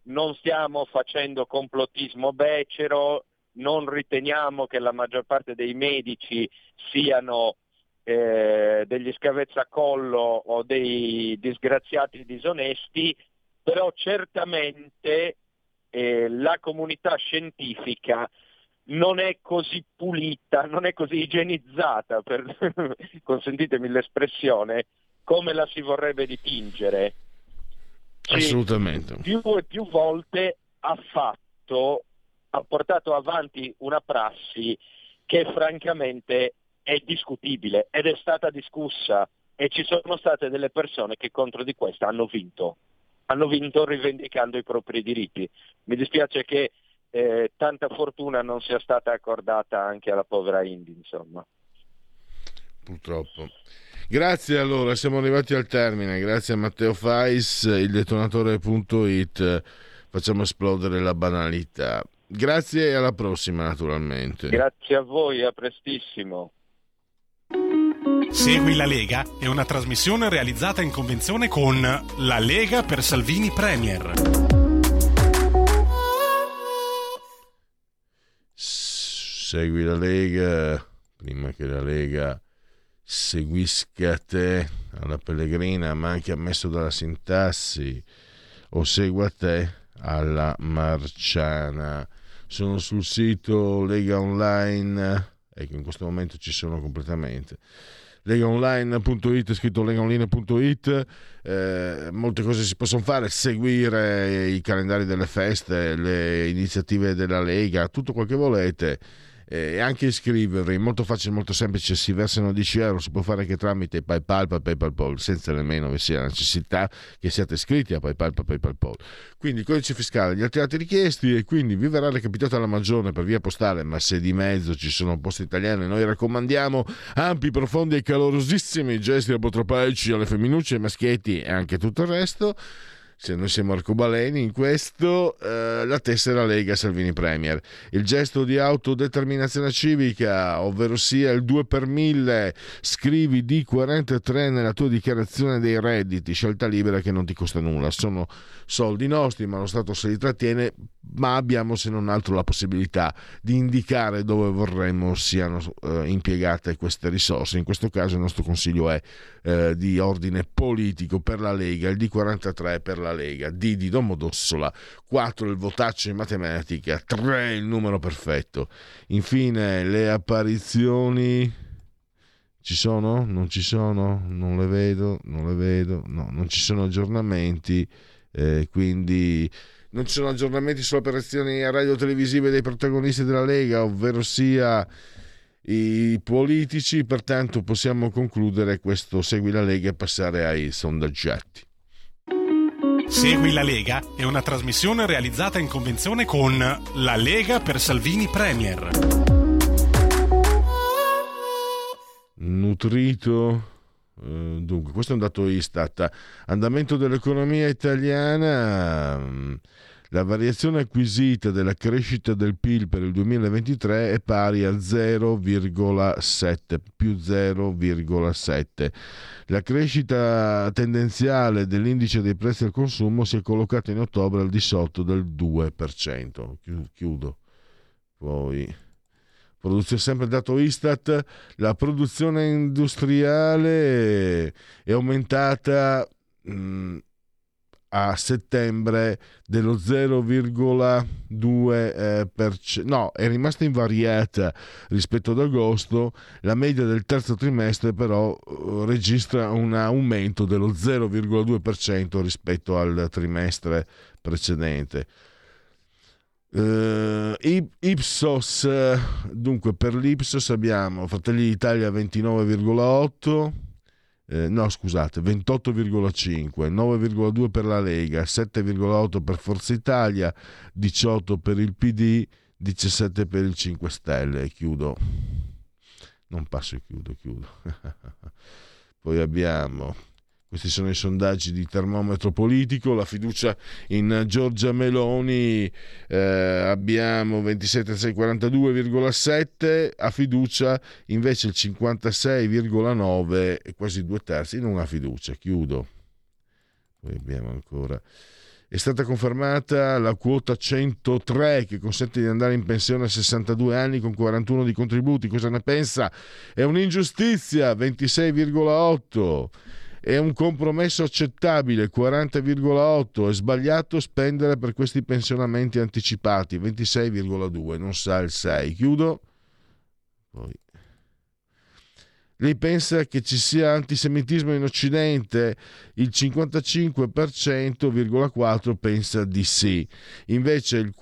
non stiamo facendo complottismo becero, non riteniamo che la maggior parte dei medici siano degli scavezzacollo o dei disgraziati disonesti, però certamente la comunità scientifica non è così pulita, non è così igienizzata, consentitemi l'espressione, come la si vorrebbe dipingere. Assolutamente. Più e più volte ha portato avanti una prassi che francamente è discutibile ed è stata discussa, e ci sono state delle persone che contro di questa hanno vinto rivendicando i propri diritti. Mi dispiace che tanta fortuna non sia stata accordata anche alla povera Indy, insomma. Purtroppo. Grazie, allora siamo arrivati al termine. Grazie a Matteo Fais, il detonatore.it. Facciamo esplodere la banalità. Grazie e alla prossima, naturalmente. Grazie a voi, a prestissimo. Segui la Lega è una trasmissione realizzata in convenzione con La Lega per Salvini Premier. Segui la Lega prima che la Lega seguisca te alla Pellegrina, ma anche ammesso dalla sintassi, o segua te alla Marciana. Sono sul sito Lega Online, ecco, in questo momento ci sono completamente. legaonline.it, scritto legaonline.it. Molte cose si possono fare, seguire i calendari delle feste, le iniziative della Lega, tutto quel che volete, e anche iscrivervi, molto facile, molto semplice. Si versano 10 euro, si può fare anche tramite PayPal, senza nemmeno vi sia la necessità che siate iscritti a PayPal. Quindi il codice fiscale, gli altri atti richiesti, e quindi vi verrà recapitata la maggiore per via postale, ma se di mezzo ci sono poste italiane, noi raccomandiamo ampi, profondi e calorosissimi gesti apotropaici alle femminucce, ai maschietti e anche tutto il resto. Se noi siamo arcobaleni in questo, la tessera Lega Salvini Premier, il gesto di autodeterminazione civica, ovvero sia il 2 per 1000, scrivi D43 nella tua dichiarazione dei redditi, scelta libera che non ti costa nulla, sono soldi nostri ma lo Stato se li trattiene, ma abbiamo se non altro la possibilità di indicare dove vorremmo siano impiegate queste risorse. In questo caso il nostro consiglio è di ordine politico per la Lega, il D43 per la Lega, D di Domodossola, 4 il votaccio in matematica, 3 il numero perfetto. Infine le apparizioni ci sono? Non ci sono? Non le vedo, no, non ci sono aggiornamenti, quindi non ci sono aggiornamenti sulle operazioni radio-televisive dei protagonisti della Lega, ovvero sia i politici, pertanto possiamo concludere questo Segui la Lega e passare ai sondaggetti. Segui la Lega è una trasmissione realizzata in convenzione con La Lega per Salvini Premier. Nutrito. Dunque, questo è un dato Istat. Andamento dell'economia italiana. La variazione acquisita della crescita del PIL per il 2023 è pari a 0,7, più 0,7. La crescita tendenziale dell'indice dei prezzi al consumo si è collocata in ottobre al di sotto del 2%. Chiudo. Poi, produzione, sempre dato Istat, la produzione industriale è aumentata a settembre dello 0,2%, no, è rimasta invariata rispetto ad agosto. La media del terzo trimestre però registra un aumento dello 0,2% rispetto al trimestre precedente. Ipsos, dunque per l'Ipsos abbiamo Fratelli d'Italia 29,8%, 28,5, 9,2 per la Lega, 7,8 per Forza Italia, 18 per il PD, 17 per il 5 Stelle. Chiudo. Poi abbiamo, questi sono i sondaggi di termometro politico, la fiducia in Giorgia Meloni, abbiamo 27,42,7, a fiducia invece il 56,9, quasi 2/3 non ha fiducia. Chiudo. Poi abbiamo ancora, È stata confermata la quota 103 che consente di andare in pensione a 62 anni con 41 di contributi. Cosa ne pensa? È un'ingiustizia, 26,8. È un compromesso accettabile, 40,8. È sbagliato spendere per questi pensionamenti anticipati, 26,2. Non sa il 6. Chiudo. Poi. Lei pensa che ci sia antisemitismo in Occidente? Il 55,4% pensa di sì, invece il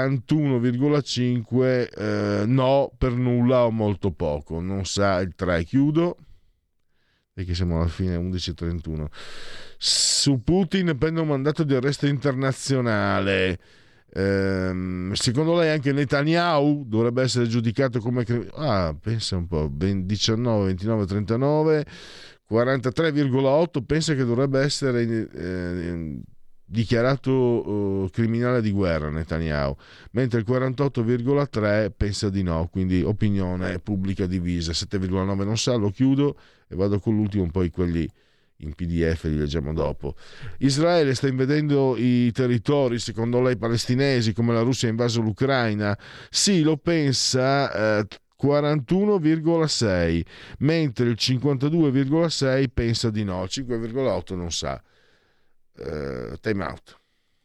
41,5% no, per nulla o molto poco. Non sa il 3. Chiudo, perché siamo alla fine, 11:31. Su Putin pende un mandato di arresto internazionale. Secondo lei anche Netanyahu dovrebbe essere giudicato come pensa un po', 19, 29, 39, 43,8 pensa che dovrebbe essere dichiarato criminale di guerra Netanyahu, mentre il 48,3 pensa di no, quindi opinione pubblica divisa. 7,9 non sa. Lo chiudo e vado con l'ultimo, poi quelli in PDF li leggiamo dopo. Israele sta invadendo i territori, secondo lei, palestinesi, come la Russia ha invaso l'Ucraina? Sì, lo pensa 41,6, mentre il 52,6 pensa di no, 5,8 non sa. Time out.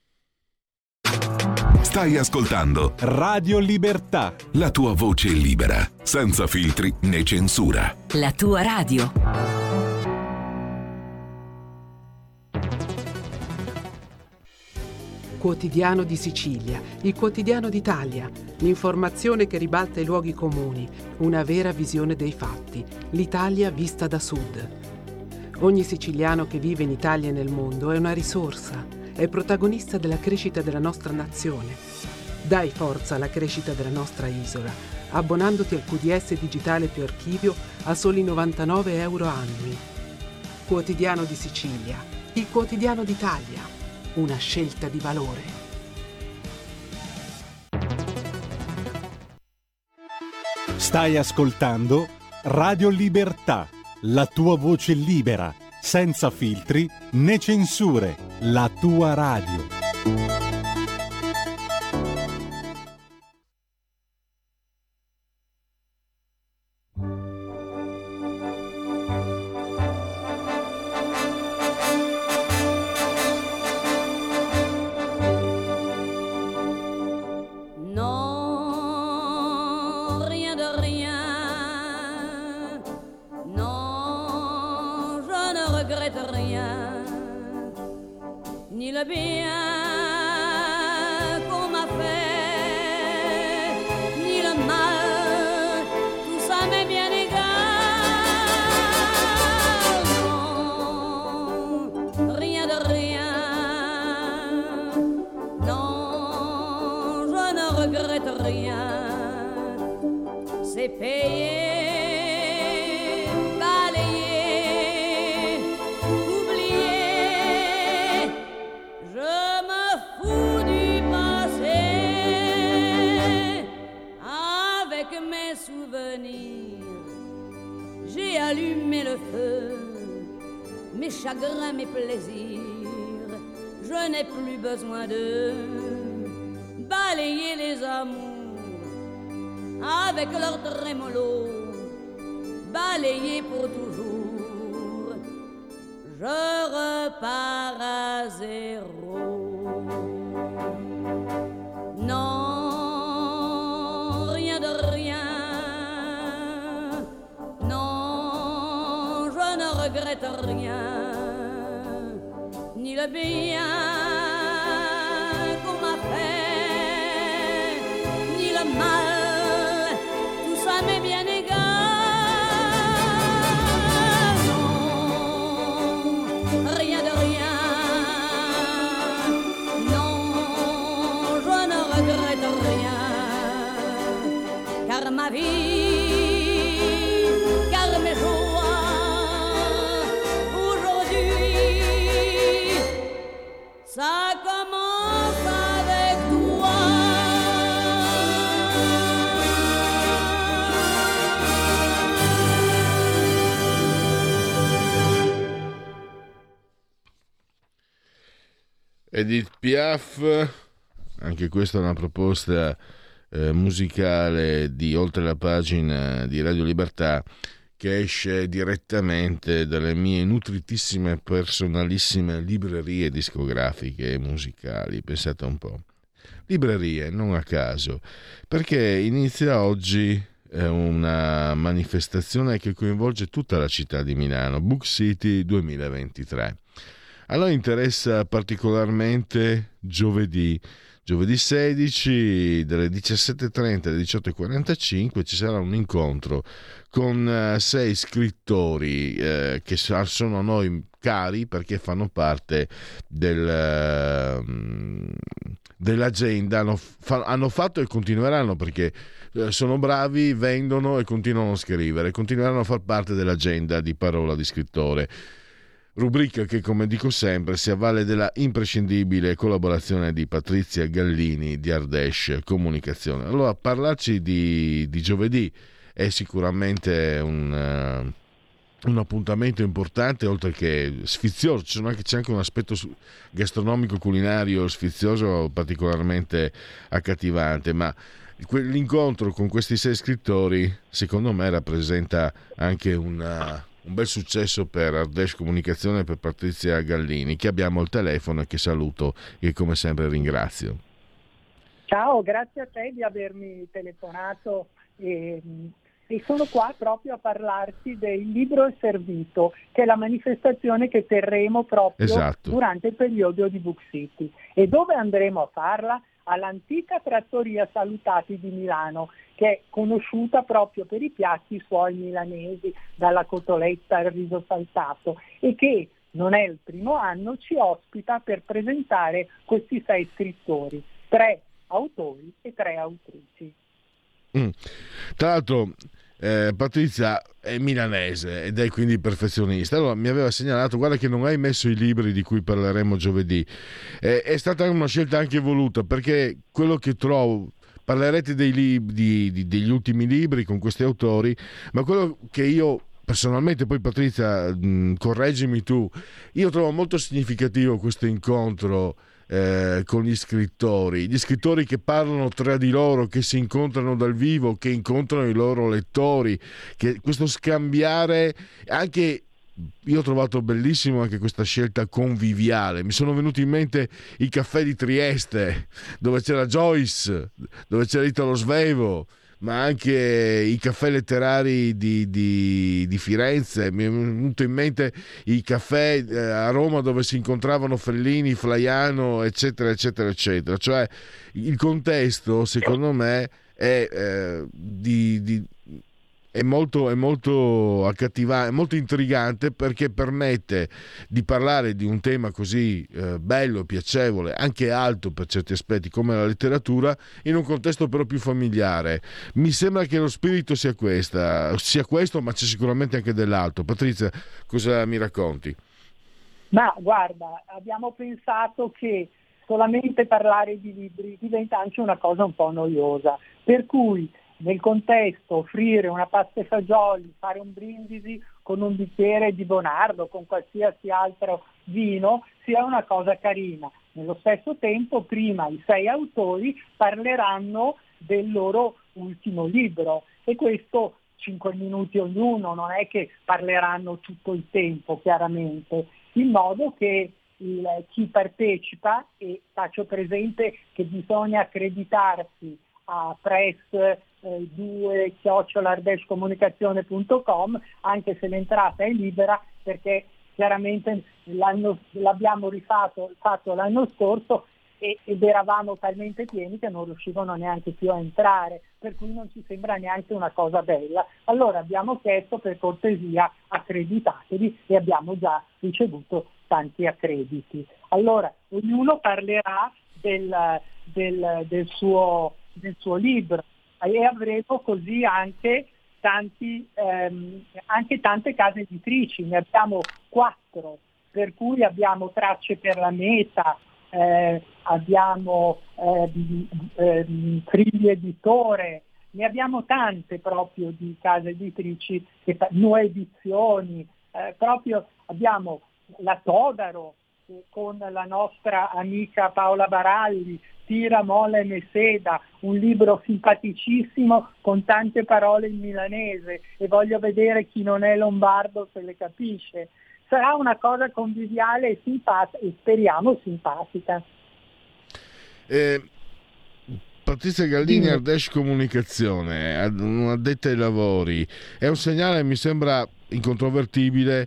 Stai ascoltando Radio Libertà, la tua voce libera, senza filtri né censura. La tua radio. Quotidiano di Sicilia, il quotidiano d'Italia, l'informazione che ribalta i luoghi comuni, una vera visione dei fatti, l'Italia vista da sud. Ogni siciliano che vive in Italia e nel mondo è una risorsa, è protagonista della crescita della nostra nazione. Dai forza alla crescita della nostra isola, abbonandoti al QDS digitale più archivio a soli 99 euro annui. Quotidiano di Sicilia, il quotidiano d'Italia. Una scelta di valore. Stai ascoltando Radio Libertà, la tua voce libera, senza filtri né censure, la tua radio. Mes plaisirs, je n'ai plus besoin de balayer les amours avec leur trémolo, balayer pour toujours, je repars à zéro. Non, rien de rien, non, je ne regrette rien, ni le bien qu'on m'a fait, ni le mal, tout ça m'est bien égal. Non, rien de rien, non, je ne regrette rien, car ma vie, car mes joies, aujourd'hui, Edith Piaf, anche questa è una proposta musicale di Oltre la pagina di Radio Libertà, che esce direttamente dalle mie nutritissime, personalissime librerie discografiche e musicali. Pensate un po'. Librerie, non a caso, perché inizia oggi una manifestazione che coinvolge tutta la città di Milano, Book City 2023. A noi interessa particolarmente giovedì 16 dalle 17.30 alle 18.45 ci sarà un incontro con 6 scrittori che sono a noi cari perché fanno parte dell'agenda, hanno fatto e continueranno perché sono bravi, vendono e continuano a scrivere, continueranno a far parte dell'agenda di Parola di Scrittore. Rubrica che, come dico sempre, si avvale della imprescindibile collaborazione di Patrizia Gallini di Ardèche Comunicazione. Allora, parlarci di giovedì è sicuramente un appuntamento importante, oltre che sfizioso. C'è anche un aspetto gastronomico culinario sfizioso particolarmente accattivante, ma l'incontro con questi 6 scrittori secondo me rappresenta anche un bel successo per Ardèche Comunicazione e per Patrizia Gallini, che abbiamo al telefono e che saluto e come sempre ringrazio. Ciao, grazie a te di avermi telefonato e sono qua proprio a parlarti del Libro è Servito, che è la manifestazione che terremo proprio durante il periodo di Book City. E dove andremo a farla? All'antica trattoria Salutati di Milano, che è conosciuta proprio per i piatti suoi milanesi, dalla cotoletta al riso saltato, e che non è il primo anno, ci ospita per presentare questi 6 scrittori, 3 autori e 3 autrici. Tra l'altro Patrizia è milanese ed è quindi perfezionista. Allora mi aveva segnalato: guarda che non hai messo i libri di cui parleremo giovedì. È stata una scelta anche voluta, perché quello che trovo, parlerete degli ultimi libri con questi autori, ma quello che io personalmente, poi Patrizia correggimi tu, io trovo molto significativo questo incontro con gli scrittori che parlano tra di loro, che si incontrano dal vivo, che incontrano i loro lettori, che questo scambiare anche. Io ho trovato bellissimo anche questa scelta conviviale. Mi sono venuti in mente i caffè di Trieste, dove c'era Joyce, dove c'era Italo Svevo, ma anche i caffè letterari di Firenze. Mi è venuto in mente i caffè a Roma, dove si incontravano Fellini, Flaiano, eccetera eccetera eccetera. Cioè il contesto, secondo me, è molto accattivante, è molto intrigante, perché permette di parlare di un tema così bello, piacevole, anche alto per certi aspetti come la letteratura, in un contesto però più familiare. Mi sembra che lo spirito sia questo, ma c'è sicuramente anche dell'altro. Patrizia, cosa mi racconti? Ma guarda, abbiamo pensato che solamente parlare di libri diventa anche una cosa un po' noiosa, per cui nel contesto offrire una pasta e fagioli, fare un brindisi con un bicchiere di Bonardo, con qualsiasi altro vino, sia una cosa carina. Nello stesso tempo, prima i 6 autori parleranno del loro ultimo libro, e questo 5 minuti ognuno, non è che parleranno tutto il tempo, chiaramente, in modo che chi partecipa, e faccio presente che bisogna accreditarsi a press2@ardèchecomunicazione.com, anche se l'entrata è libera, perché chiaramente l'abbiamo fatto l'anno scorso ed eravamo talmente pieni che non riuscivano neanche più a entrare, per cui non ci sembra neanche una cosa bella. Allora abbiamo chiesto, per cortesia, accreditatevi, e abbiamo già ricevuto tanti accrediti. Allora ognuno parlerà del suo libro, e avremo così anche tante case editrici. Ne abbiamo 4, per cui abbiamo Tracce per la Meta, abbiamo Frilli Editore, ne abbiamo tante proprio di case editrici, Nuove Edizioni, proprio abbiamo la Todaro, con la nostra amica Paola Baralli, Tira, molla e meseda, un libro simpaticissimo con tante parole in milanese, e voglio vedere chi non è lombardo se le capisce. Sarà una cosa conviviale e e speriamo simpatica. Patrizia Gallini, Ardèche Comunicazione, un'addetta ai lavori, è un segnale, mi sembra incontrovertibile,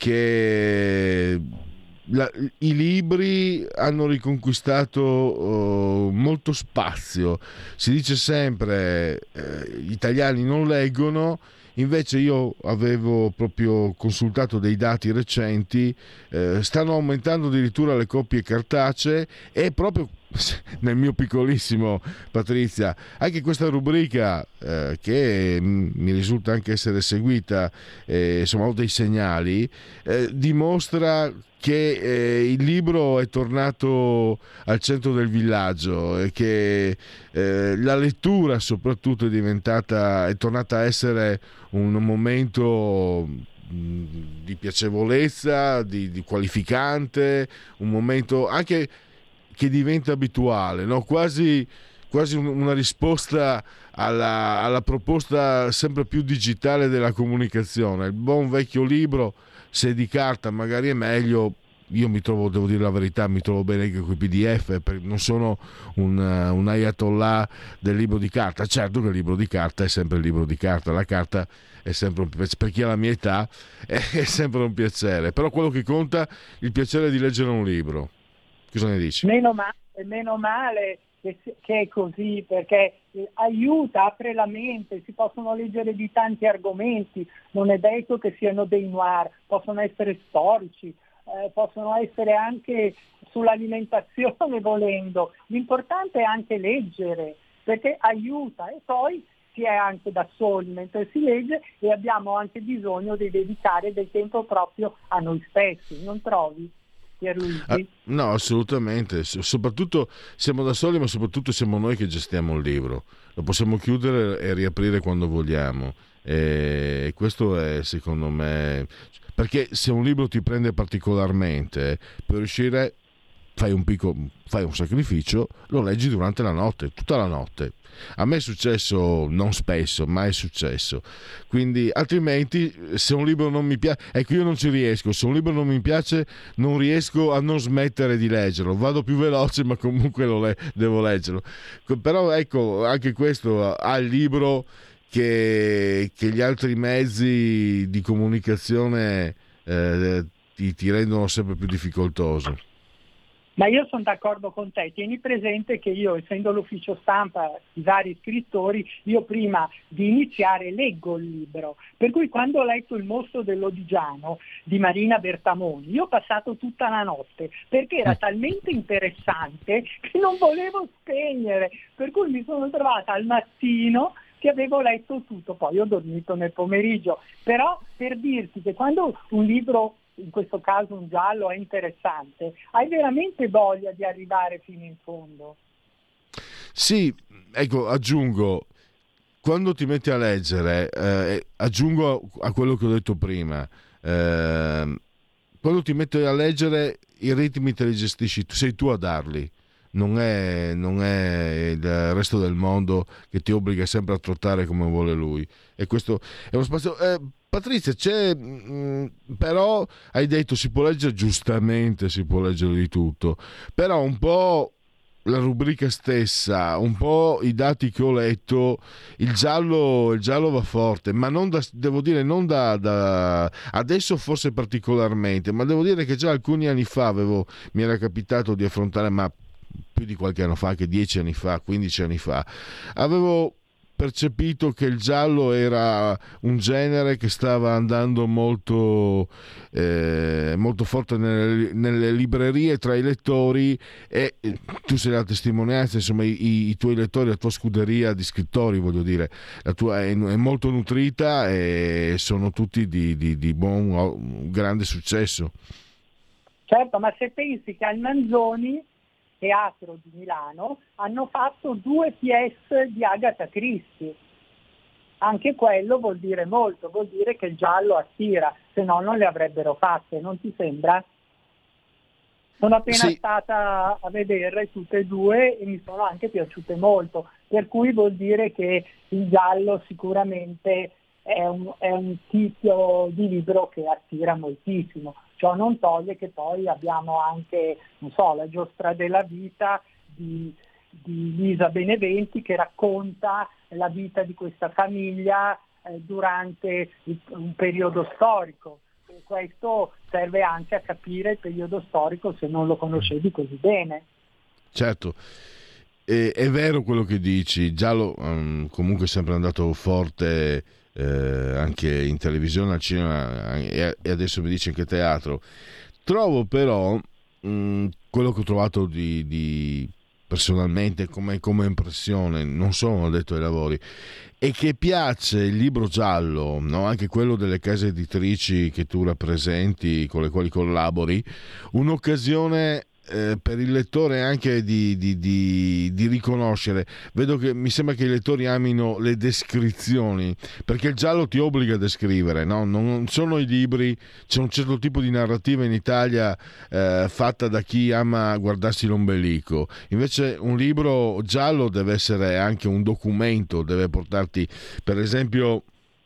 che i libri hanno riconquistato molto spazio. Si dice sempre gli italiani non leggono. Invece io avevo proprio consultato dei dati recenti, stanno aumentando addirittura le copie cartacee, e proprio nel mio piccolissimo, Patrizia, anche questa rubrica che mi risulta anche essere seguita, insomma ho dei segnali, dimostra che il libro è tornato al centro del villaggio e che la lettura soprattutto è tornata a essere un momento di piacevolezza, di qualificante, un momento anche che diventa abituale, no? Quasi una risposta alla proposta sempre più digitale della comunicazione. Il buon vecchio libro, se di carta magari è meglio. Io mi trovo, devo dire la verità, mi trovo bene anche con i PDF, perché non sono un ayatollah del libro di carta. Certo che il libro di carta è sempre il libro di carta, la carta è sempre per chi ha la mia età è sempre un piacere, però quello che conta è il piacere di leggere un libro. Cosa ne dici? Meno male che è così, perché aiuta, apre la mente, si possono leggere di tanti argomenti, non è detto che siano dei noir, possono essere storici, possono essere anche sull'alimentazione volendo. L'importante è anche leggere, perché aiuta, e poi si è anche da soli mentre si legge, e abbiamo anche bisogno di dedicare del tempo proprio a noi stessi, non trovi? No, assolutamente, soprattutto siamo da soli, ma soprattutto siamo noi che gestiamo il libro, lo possiamo chiudere e riaprire quando vogliamo, e questo è, secondo me, perché se un libro ti prende particolarmente, per riuscire fai un sacrificio, lo leggi durante la notte, tutta la notte. A me è successo, non spesso, ma è successo. Quindi, altrimenti, se un libro non mi piace, ecco, io non ci riesco. Se un libro non mi piace, non riesco a non smettere di leggerlo. Vado più veloce, ma comunque devo leggerlo. Però, ecco, anche questo ha il libro che gli altri mezzi di comunicazione ti rendono sempre più difficoltoso. Ma io sono d'accordo con te, tieni presente che io, essendo l'ufficio stampa di vari scrittori, io prima di iniziare leggo il libro, per cui quando ho letto Il mostro dell'Odigiano di Marina Bertamoni, io ho passato tutta la notte, perché era talmente interessante che non volevo spegnere, per cui mi sono trovata al mattino che avevo letto tutto, poi ho dormito nel pomeriggio, però per dirti che quando un libro, in questo caso un giallo, è interessante, hai veramente voglia di arrivare fino in fondo. Sì, ecco, aggiungo, quando ti metti a leggere, aggiungo a quello che ho detto prima, quando ti metti a leggere i ritmi te li gestisci, sei tu a darli, non è il resto del mondo che ti obbliga sempre a trottare come vuole lui, e questo è uno spazio. Patrizia, però hai detto si può leggere, giustamente si può leggere di tutto, però un po' la rubrica stessa, un po' i dati che ho letto, il giallo va forte, ma devo dire non da adesso forse particolarmente, ma devo dire che già alcuni anni fa mi era capitato di affrontare, ma più di qualche anno fa, anche 10 anni fa, 15 anni fa, avevo percepito che il giallo era un genere che stava andando molto forte nelle librerie tra i lettori, e tu sei la testimonianza, insomma i tuoi lettori, la tua scuderia di scrittori, voglio dire, la tua è molto nutrita e sono tutti di buon, grande successo. Certo, ma se pensi che al Manzoni, Teatro di Milano, hanno fatto 2 pièce di Agatha Christie. Anche quello vuol dire molto, vuol dire che il giallo attira, se no non le avrebbero fatte, non ti sembra? Sono appena stata a vederle tutte e due e mi sono anche piaciute molto, per cui vuol dire che il giallo sicuramente è un tipo di libro che attira moltissimo. Ciò non toglie che poi abbiamo anche, non so, La giostra della vita di Lisa Beneventi, che racconta la vita di questa famiglia durante un periodo storico. E questo serve anche a capire il periodo storico se non lo conoscevi così bene. Certo, è vero quello che dici. Il giallo comunque è sempre andato forte anche in televisione, al cinema e adesso mi dice anche teatro. Trovo però quello che ho trovato di personalmente come impressione, non sono addetto ai lavori, e che piace il libro giallo, no? Anche quello delle case editrici che tu rappresenti, con le quali collabori, un'occasione per il lettore anche di riconoscere. Vedo che mi sembra che i lettori amino le descrizioni, perché il giallo ti obbliga a descrivere, no? Non sono i libri, c'è un certo tipo di narrativa in Italia fatta da chi ama guardarsi l'ombelico. Invece un libro giallo deve essere anche un documento, deve portarti, per esempio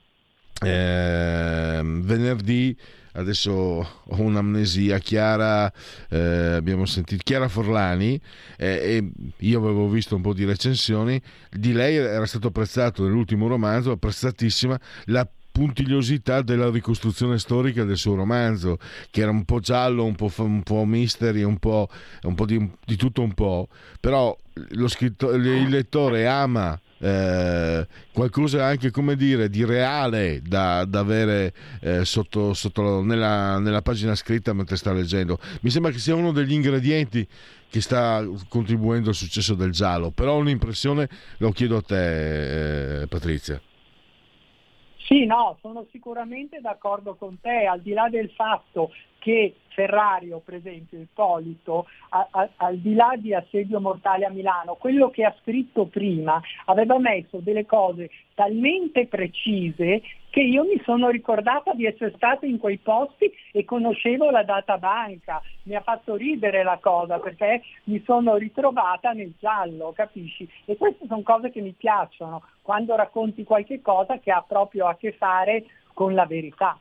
venerdì, adesso ho un'amnesia, abbiamo sentito Chiara Forlani, e io avevo visto un po' di recensioni di lei, era stato apprezzato nell'ultimo romanzo, apprezzatissima la puntigliosità della ricostruzione storica del suo romanzo, che era un po' giallo, un po' mystery, un po' di tutto un po', però il lettore ama qualcosa anche, come dire, di reale da avere sotto nella pagina scritta mentre sta leggendo. Mi sembra che sia uno degli ingredienti che sta contribuendo al successo del giallo, però un'impressione lo chiedo a te, Patrizia. Sì, no, sono sicuramente d'accordo con te, al di là del fatto che Ferrario, per esempio, Ippolito, al di là di Assedio mortale a Milano, quello che ha scritto prima aveva messo delle cose talmente precise che io mi sono ricordata di essere stata in quei posti e conoscevo la databanca. Mi ha fatto ridere la cosa perché mi sono ritrovata nel giallo, capisci? E queste sono cose che mi piacciono, quando racconti qualche cosa che ha proprio a che fare con la verità.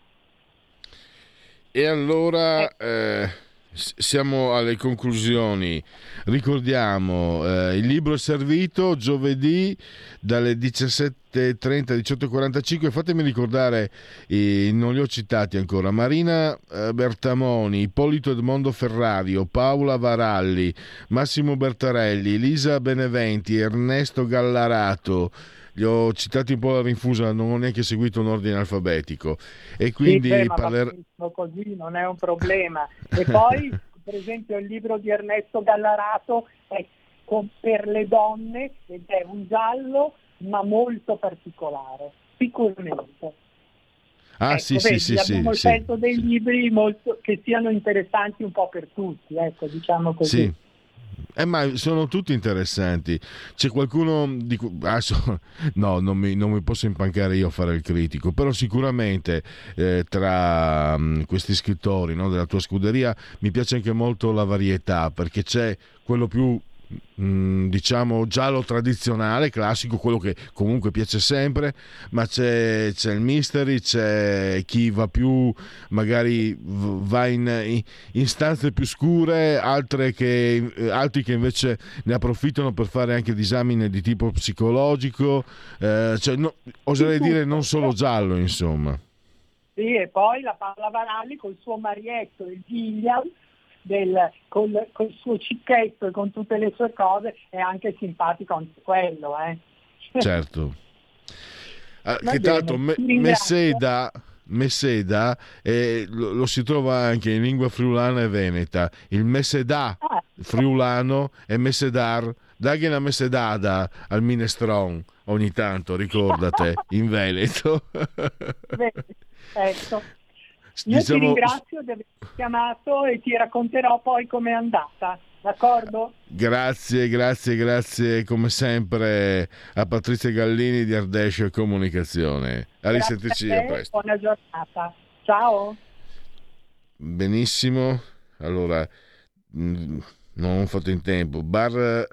E allora siamo alle conclusioni. Ricordiamo, il libro è servito giovedì dalle 17:30 alle 18:45. Fatemi ricordare, non li ho citati ancora: Marina Bertamoni, Ippolito Edmondo Ferrario, Paola Varalli, Massimo Bertarelli, Elisa Beneventi, Ernesto Gallarato. Li ho citati un po' alla rinfusa, non ho neanche seguito un ordine alfabetico, e quindi così non è un problema. E poi, per esempio, il libro di Ernesto Gallarato è per le donne ed è un giallo ma molto particolare, sicuramente. Sì, abbiamo scelto dei libri molto, che siano interessanti un po' per tutti, ecco, diciamo così. Sì. Ma sono tutti interessanti. C'è qualcuno di no, non mi posso impancare io a fare il critico, però sicuramente tra questi scrittori, no, della tua scuderia mi piace anche molto la varietà, perché c'è quello più diciamo giallo tradizionale, classico, quello che comunque piace sempre, ma c'è il mystery, c'è chi va più, magari va in stanze più scure, altri che invece ne approfittano per fare anche disamine di tipo psicologico, oserei dire non solo giallo, insomma. Sì, e poi la Paola Varalli col suo marietto, il Gillian, col suo cicchetto e con tutte le sue cose, è anche simpatico anche quello, certo. Che tanto Messeda lo si trova anche in lingua friulana e veneta, il Messedà friulano e Messedar, dagli una messedada al minestron ogni tanto, ricordate, in Veneto. Ecco. Io ti ringrazio di aver chiamato e ti racconterò poi com'è andata, d'accordo? Grazie come sempre a Patrizia Gallini di Ardescio Comunicazione. A risentirci a presto. Buona giornata. Ciao. Benissimo. Allora, non ho fatto in tempo. Bar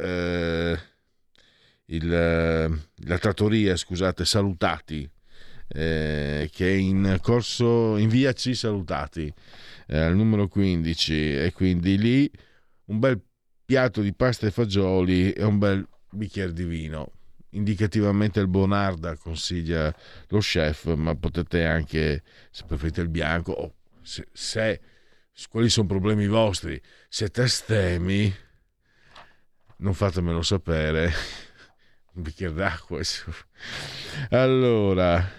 la trattoria, scusate, Salutati, che è in via C Salutati, al numero 15, e quindi lì un bel piatto di pasta e fagioli e un bel bicchiere di vino. Indicativamente il Bonarda consiglia lo chef, ma potete anche, se preferite il bianco, o se quali sono problemi vostri, siete astemi, non fatemelo sapere, un bicchiere d'acqua. Allora,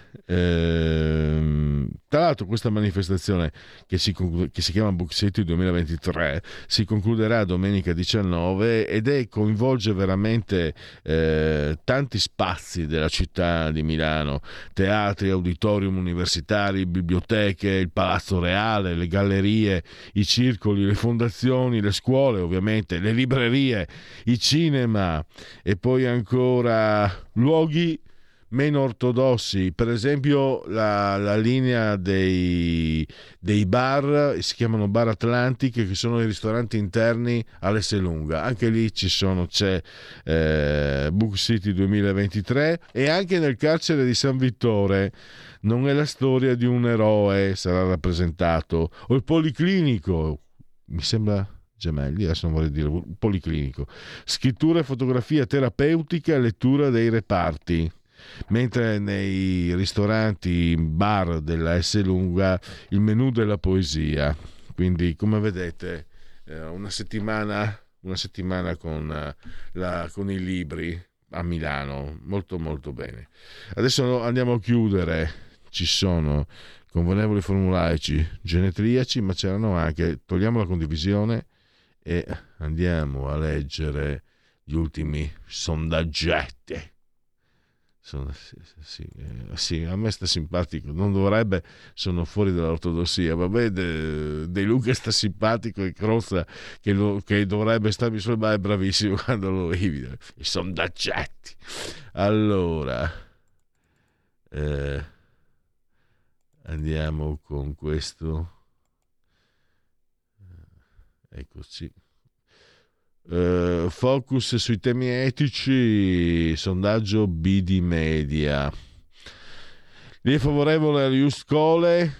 tra l'altro questa manifestazione che si chiama Book City 2023 si concluderà domenica 19 ed coinvolge veramente tanti spazi della città di Milano: teatri, auditorium universitari, biblioteche, il Palazzo Reale, le gallerie, i circoli, le fondazioni, le scuole ovviamente, le librerie, i cinema e poi ancora luoghi meno ortodossi, per esempio la linea dei bar, si chiamano bar atlantiche, che sono i ristoranti interni all'Esselunga. Anche lì c'è Book City 2023, e anche nel carcere di San Vittore Non è la storia di un eroe sarà rappresentato, o il Policlinico, mi sembra Gemelli, adesso non vorrei dire, Policlinico, scrittura e fotografia terapeutica e lettura dei reparti. Mentre nei ristoranti bar della Esselunga il menù della poesia. Quindi, come vedete, una settimana con i libri a Milano, molto molto bene. Adesso andiamo a chiudere. Ci sono convenevoli formulaici, genetriaci, ma c'erano anche, togliamo la condivisione e andiamo a leggere gli ultimi sondaggetti. Sì, a me sta simpatico, non dovrebbe, sono fuori dall'ortodossia, vabbè, De Luca sta simpatico, e Crozza che dovrebbe starmi sul è bravissimo quando lo vedi, i sondaggetti. Allora andiamo con questo, eccoci. Focus sui temi etici, sondaggio BD Media. Lì è favorevole all'Ius Cole,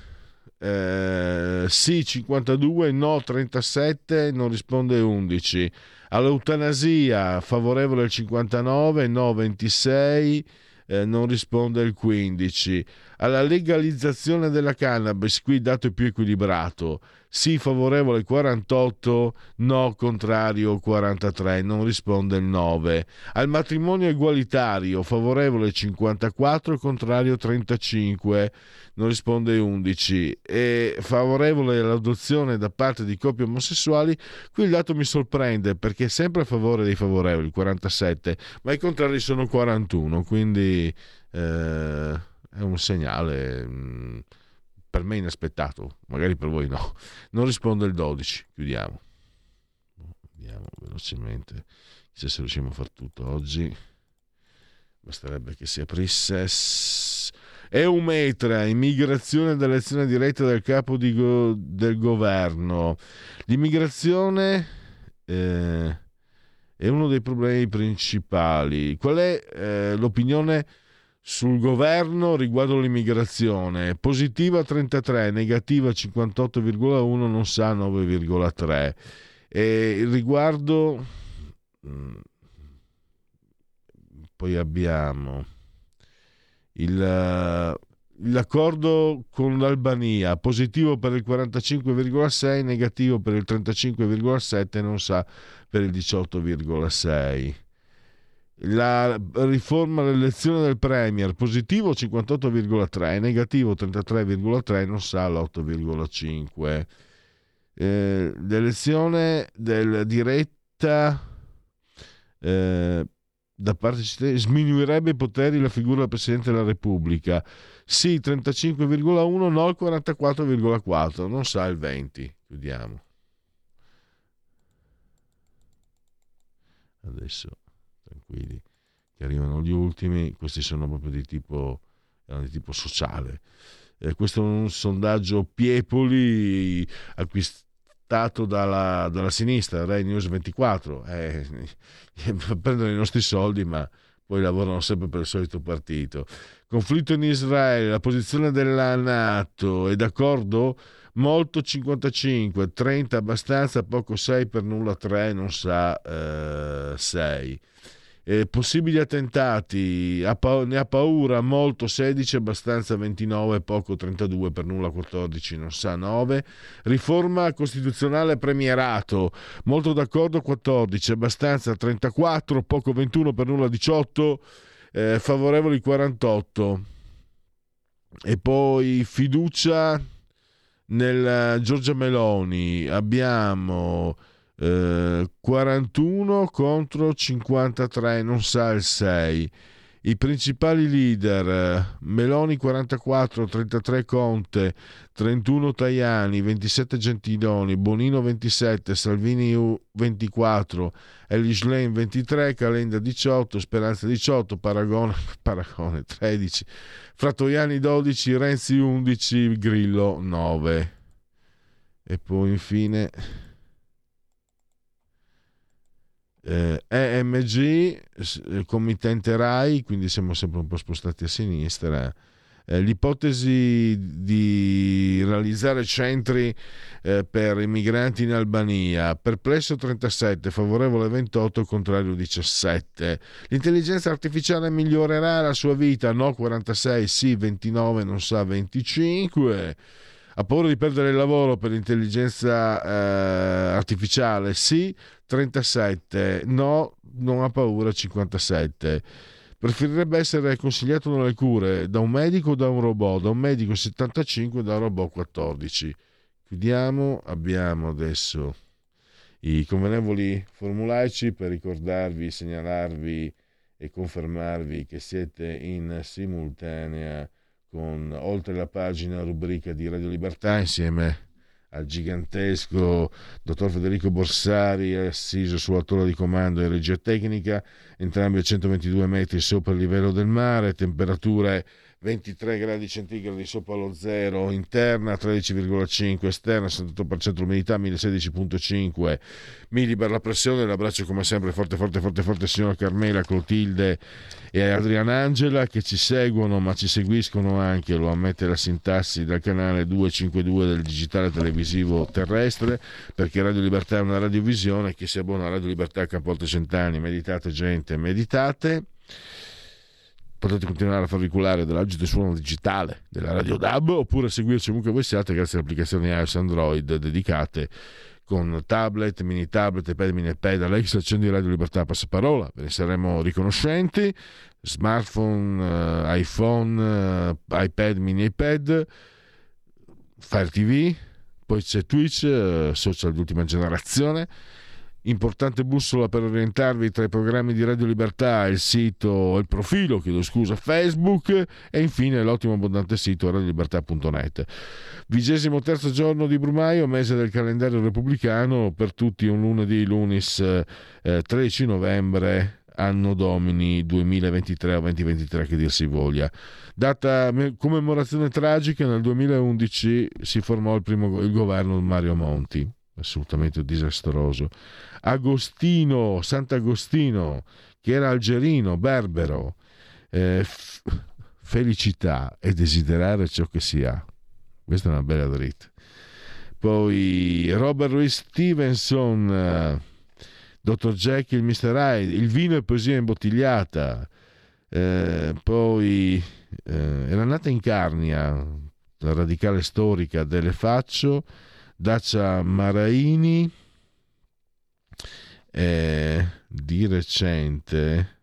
sì 52, no 37, non risponde 11. All'eutanasia favorevole il 59, no 26, non risponde il 15. Alla legalizzazione della cannabis, qui il dato è più equilibrato: sì favorevole 48, no contrario 43, non risponde il 9. Al matrimonio egualitario favorevole 54, contrario 35, non risponde 11. E favorevole all'adozione da parte di coppie omosessuali, qui il dato mi sorprende perché è sempre a favore dei favorevoli 47, ma i contrari sono 41, quindi è un segnale per me inaspettato, magari per voi no. Non risponde il 12. Chiudiamo, vediamo velocemente se riusciamo a far tutto oggi. Basterebbe che si aprisse. Eumetra, immigrazione ed elezione diretta del capo del governo. L'immigrazione è uno dei problemi principali. Qual è l'opinione sul governo riguardo l'immigrazione? Positiva 33, negativa 58,1, non sa 9,3. E il riguardo poi abbiamo l'accordo con l'Albania, positivo per il 45,6, negativo per il 35,7, non sa per il 18,6. La riforma dell'elezione del Premier, positivo 58,3, negativo 33,3, non sa l'8,5. L'elezione del diretta da parte cittadina sminuirebbe i poteri la figura del Presidente della Repubblica, sì 35,1, no il 44,4, non sa il 20. Chiudiamo adesso, tranquilli che arrivano gli ultimi. Questi sono proprio di tipo sociale. Questo è un sondaggio Piepoli cooptato dalla sinistra, Rai News 24, prendono i nostri soldi ma poi lavorano sempre per il solito partito. Conflitto in Israele, la posizione della NATO, è d'accordo? Molto 55, 30 abbastanza, poco 6, per nulla 3, non sa 6. Possibili attentati, ne ha paura, molto 16, abbastanza 29, poco 32, per nulla 14, non sa 9. Riforma costituzionale premierato, molto d'accordo 14, abbastanza 34, poco 21, per nulla 18, favorevoli 48. E poi fiducia nel Giorgia Meloni, abbiamo 41 contro 53, non sa il 6. I principali leader: Meloni 44, 33 Conte, 31 Tajani, 27 Gentiloni, Bonino 27, Salvini 24, Elly Schlein 23, Calenda 18, Speranza 18, Paragone 13, Frattoiani 12, Renzi 11, Grillo 9. E poi infine EMG, committente Rai, quindi siamo sempre un po' spostati a sinistra. L'ipotesi di realizzare centri per i migranti in Albania, perplesso 37, favorevole 28, contrario 17. L'intelligenza artificiale migliorerà la sua vita, no 46, sì 29, non sa 25. Ha paura di perdere il lavoro per l'intelligenza artificiale, sì 37, no, non ha paura 57. Preferirebbe essere consigliato nelle cure da un medico o da un robot? Da un medico 75, da un robot 14. Chiudiamo, abbiamo adesso i convenevoli formulaici per ricordarvi, segnalarvi e confermarvi che siete in simultanea con Oltre la pagina, rubrica di Radio Libertà, insieme al gigantesco dottor Federico Borsari, assiso sulla tolla di comando e regia tecnica, entrambi a 122 metri sopra il livello del mare, temperature 23 gradi centigradi sopra lo zero, interna 13,5, esterna 78% l'umidità, 1016,5 millibar la pressione. L'abbraccio come sempre forte signora Carmela, Clotilde e Adriana Angela, che ci seguono ma ci seguiscono anche, lo ammette la sintassi, dal canale 252 del digitale televisivo terrestre, perché Radio Libertà è una radiovisione. Chi si abbona a Radio Libertà capovolta 100 anni. Meditate gente, meditate. Potete continuare a farvicolare dall'agito suono digitale della Radio DAB, oppure seguirci ovunque voi siate grazie alle applicazioni iOS e Android dedicate, con tablet, mini tablet, iPad, mini iPad, Alexa, accendi Radio Libertà, passaparola, ve ne saremo riconoscenti. Smartphone, iPhone, iPad, mini iPad, Fire TV, poi c'è Twitch, social di ultima generazione. Importante bussola per orientarvi tra i programmi di Radio Libertà, il sito, il profilo, Facebook, e infine l'ottimo abbondante sito radiolibertà.net. 23° giorno di Brumaio, mese del calendario repubblicano, per tutti un lunedì, lunis 13 novembre, anno domini 2023 o 2023 che dir si voglia. Data commemorazione tragica: nel 2011 si formò il governo di Mario Monti, assolutamente disastroso. Sant'Agostino, che era algerino, berbero, felicità e desiderare ciò che si ha. Questa è una bella dritta. Poi Robert Louis Stevenson, Dr. Jekyll, Mr. Hyde, il vino e poesia imbottigliata. Poi era nata in Carnia, la radicale storica delle Faccio, Dacia Maraini. Di recente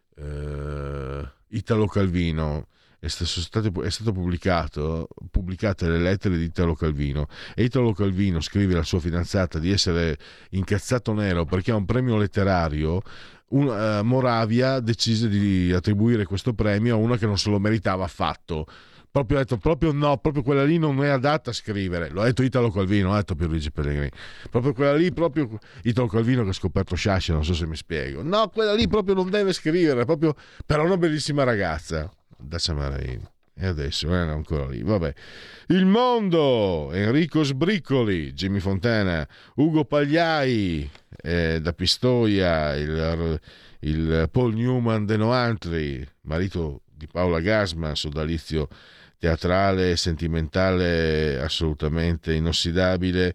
Italo Calvino, è stato pubblicate le lettere di Italo Calvino, e Italo Calvino scrive alla sua fidanzata di essere incazzato nero perché a un premio letterario Moravia decise di attribuire questo premio a una che non se lo meritava affatto. Proprio quella lì non è adatta a scrivere. L'ho detto Italo Calvino, ha detto Pierluigi Pellegrini. Proprio quella lì, proprio Italo Calvino che ha scoperto Sciascia, non so se mi spiego. No, quella lì proprio non deve scrivere, proprio, però una bellissima ragazza, Dacia Maraini. E adesso erano ancora lì. Vabbè. Il Mondo, Enrico Sbriccoli, Jimmy Fontana, Ugo Pagliai, da Pistoia, il Paul Newman de Noantri, marito di Paola Gasman, sodalizio teatrale, sentimentale, assolutamente inossidabile.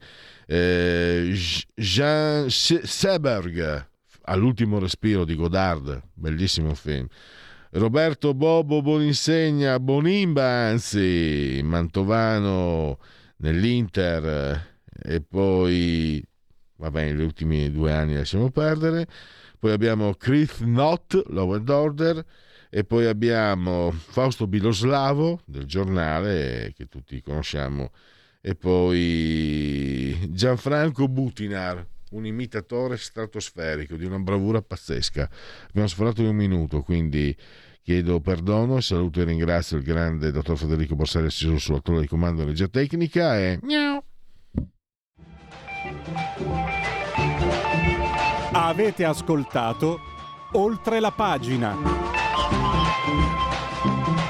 Jean Seberg, All'ultimo respiro di Godard, bellissimo film. Roberto Bobo Boninsegna, Bonimba anzi, Mantovano nell'Inter, e poi va bene, gli ultimi 2 anni lasciamo perdere. Poi abbiamo Chris Knott, Law and Order, e poi abbiamo Fausto Biloslavo del Giornale, che tutti conosciamo, e poi Gianfranco Butinar, un imitatore stratosferico di una bravura pazzesca. Abbiamo sforato di 1 minuto, quindi chiedo perdono, saluto e ringrazio il grande dottor Federico Borsari, assiso sulla torre di comando e regia tecnica, e miau. Avete ascoltato Oltre la pagina.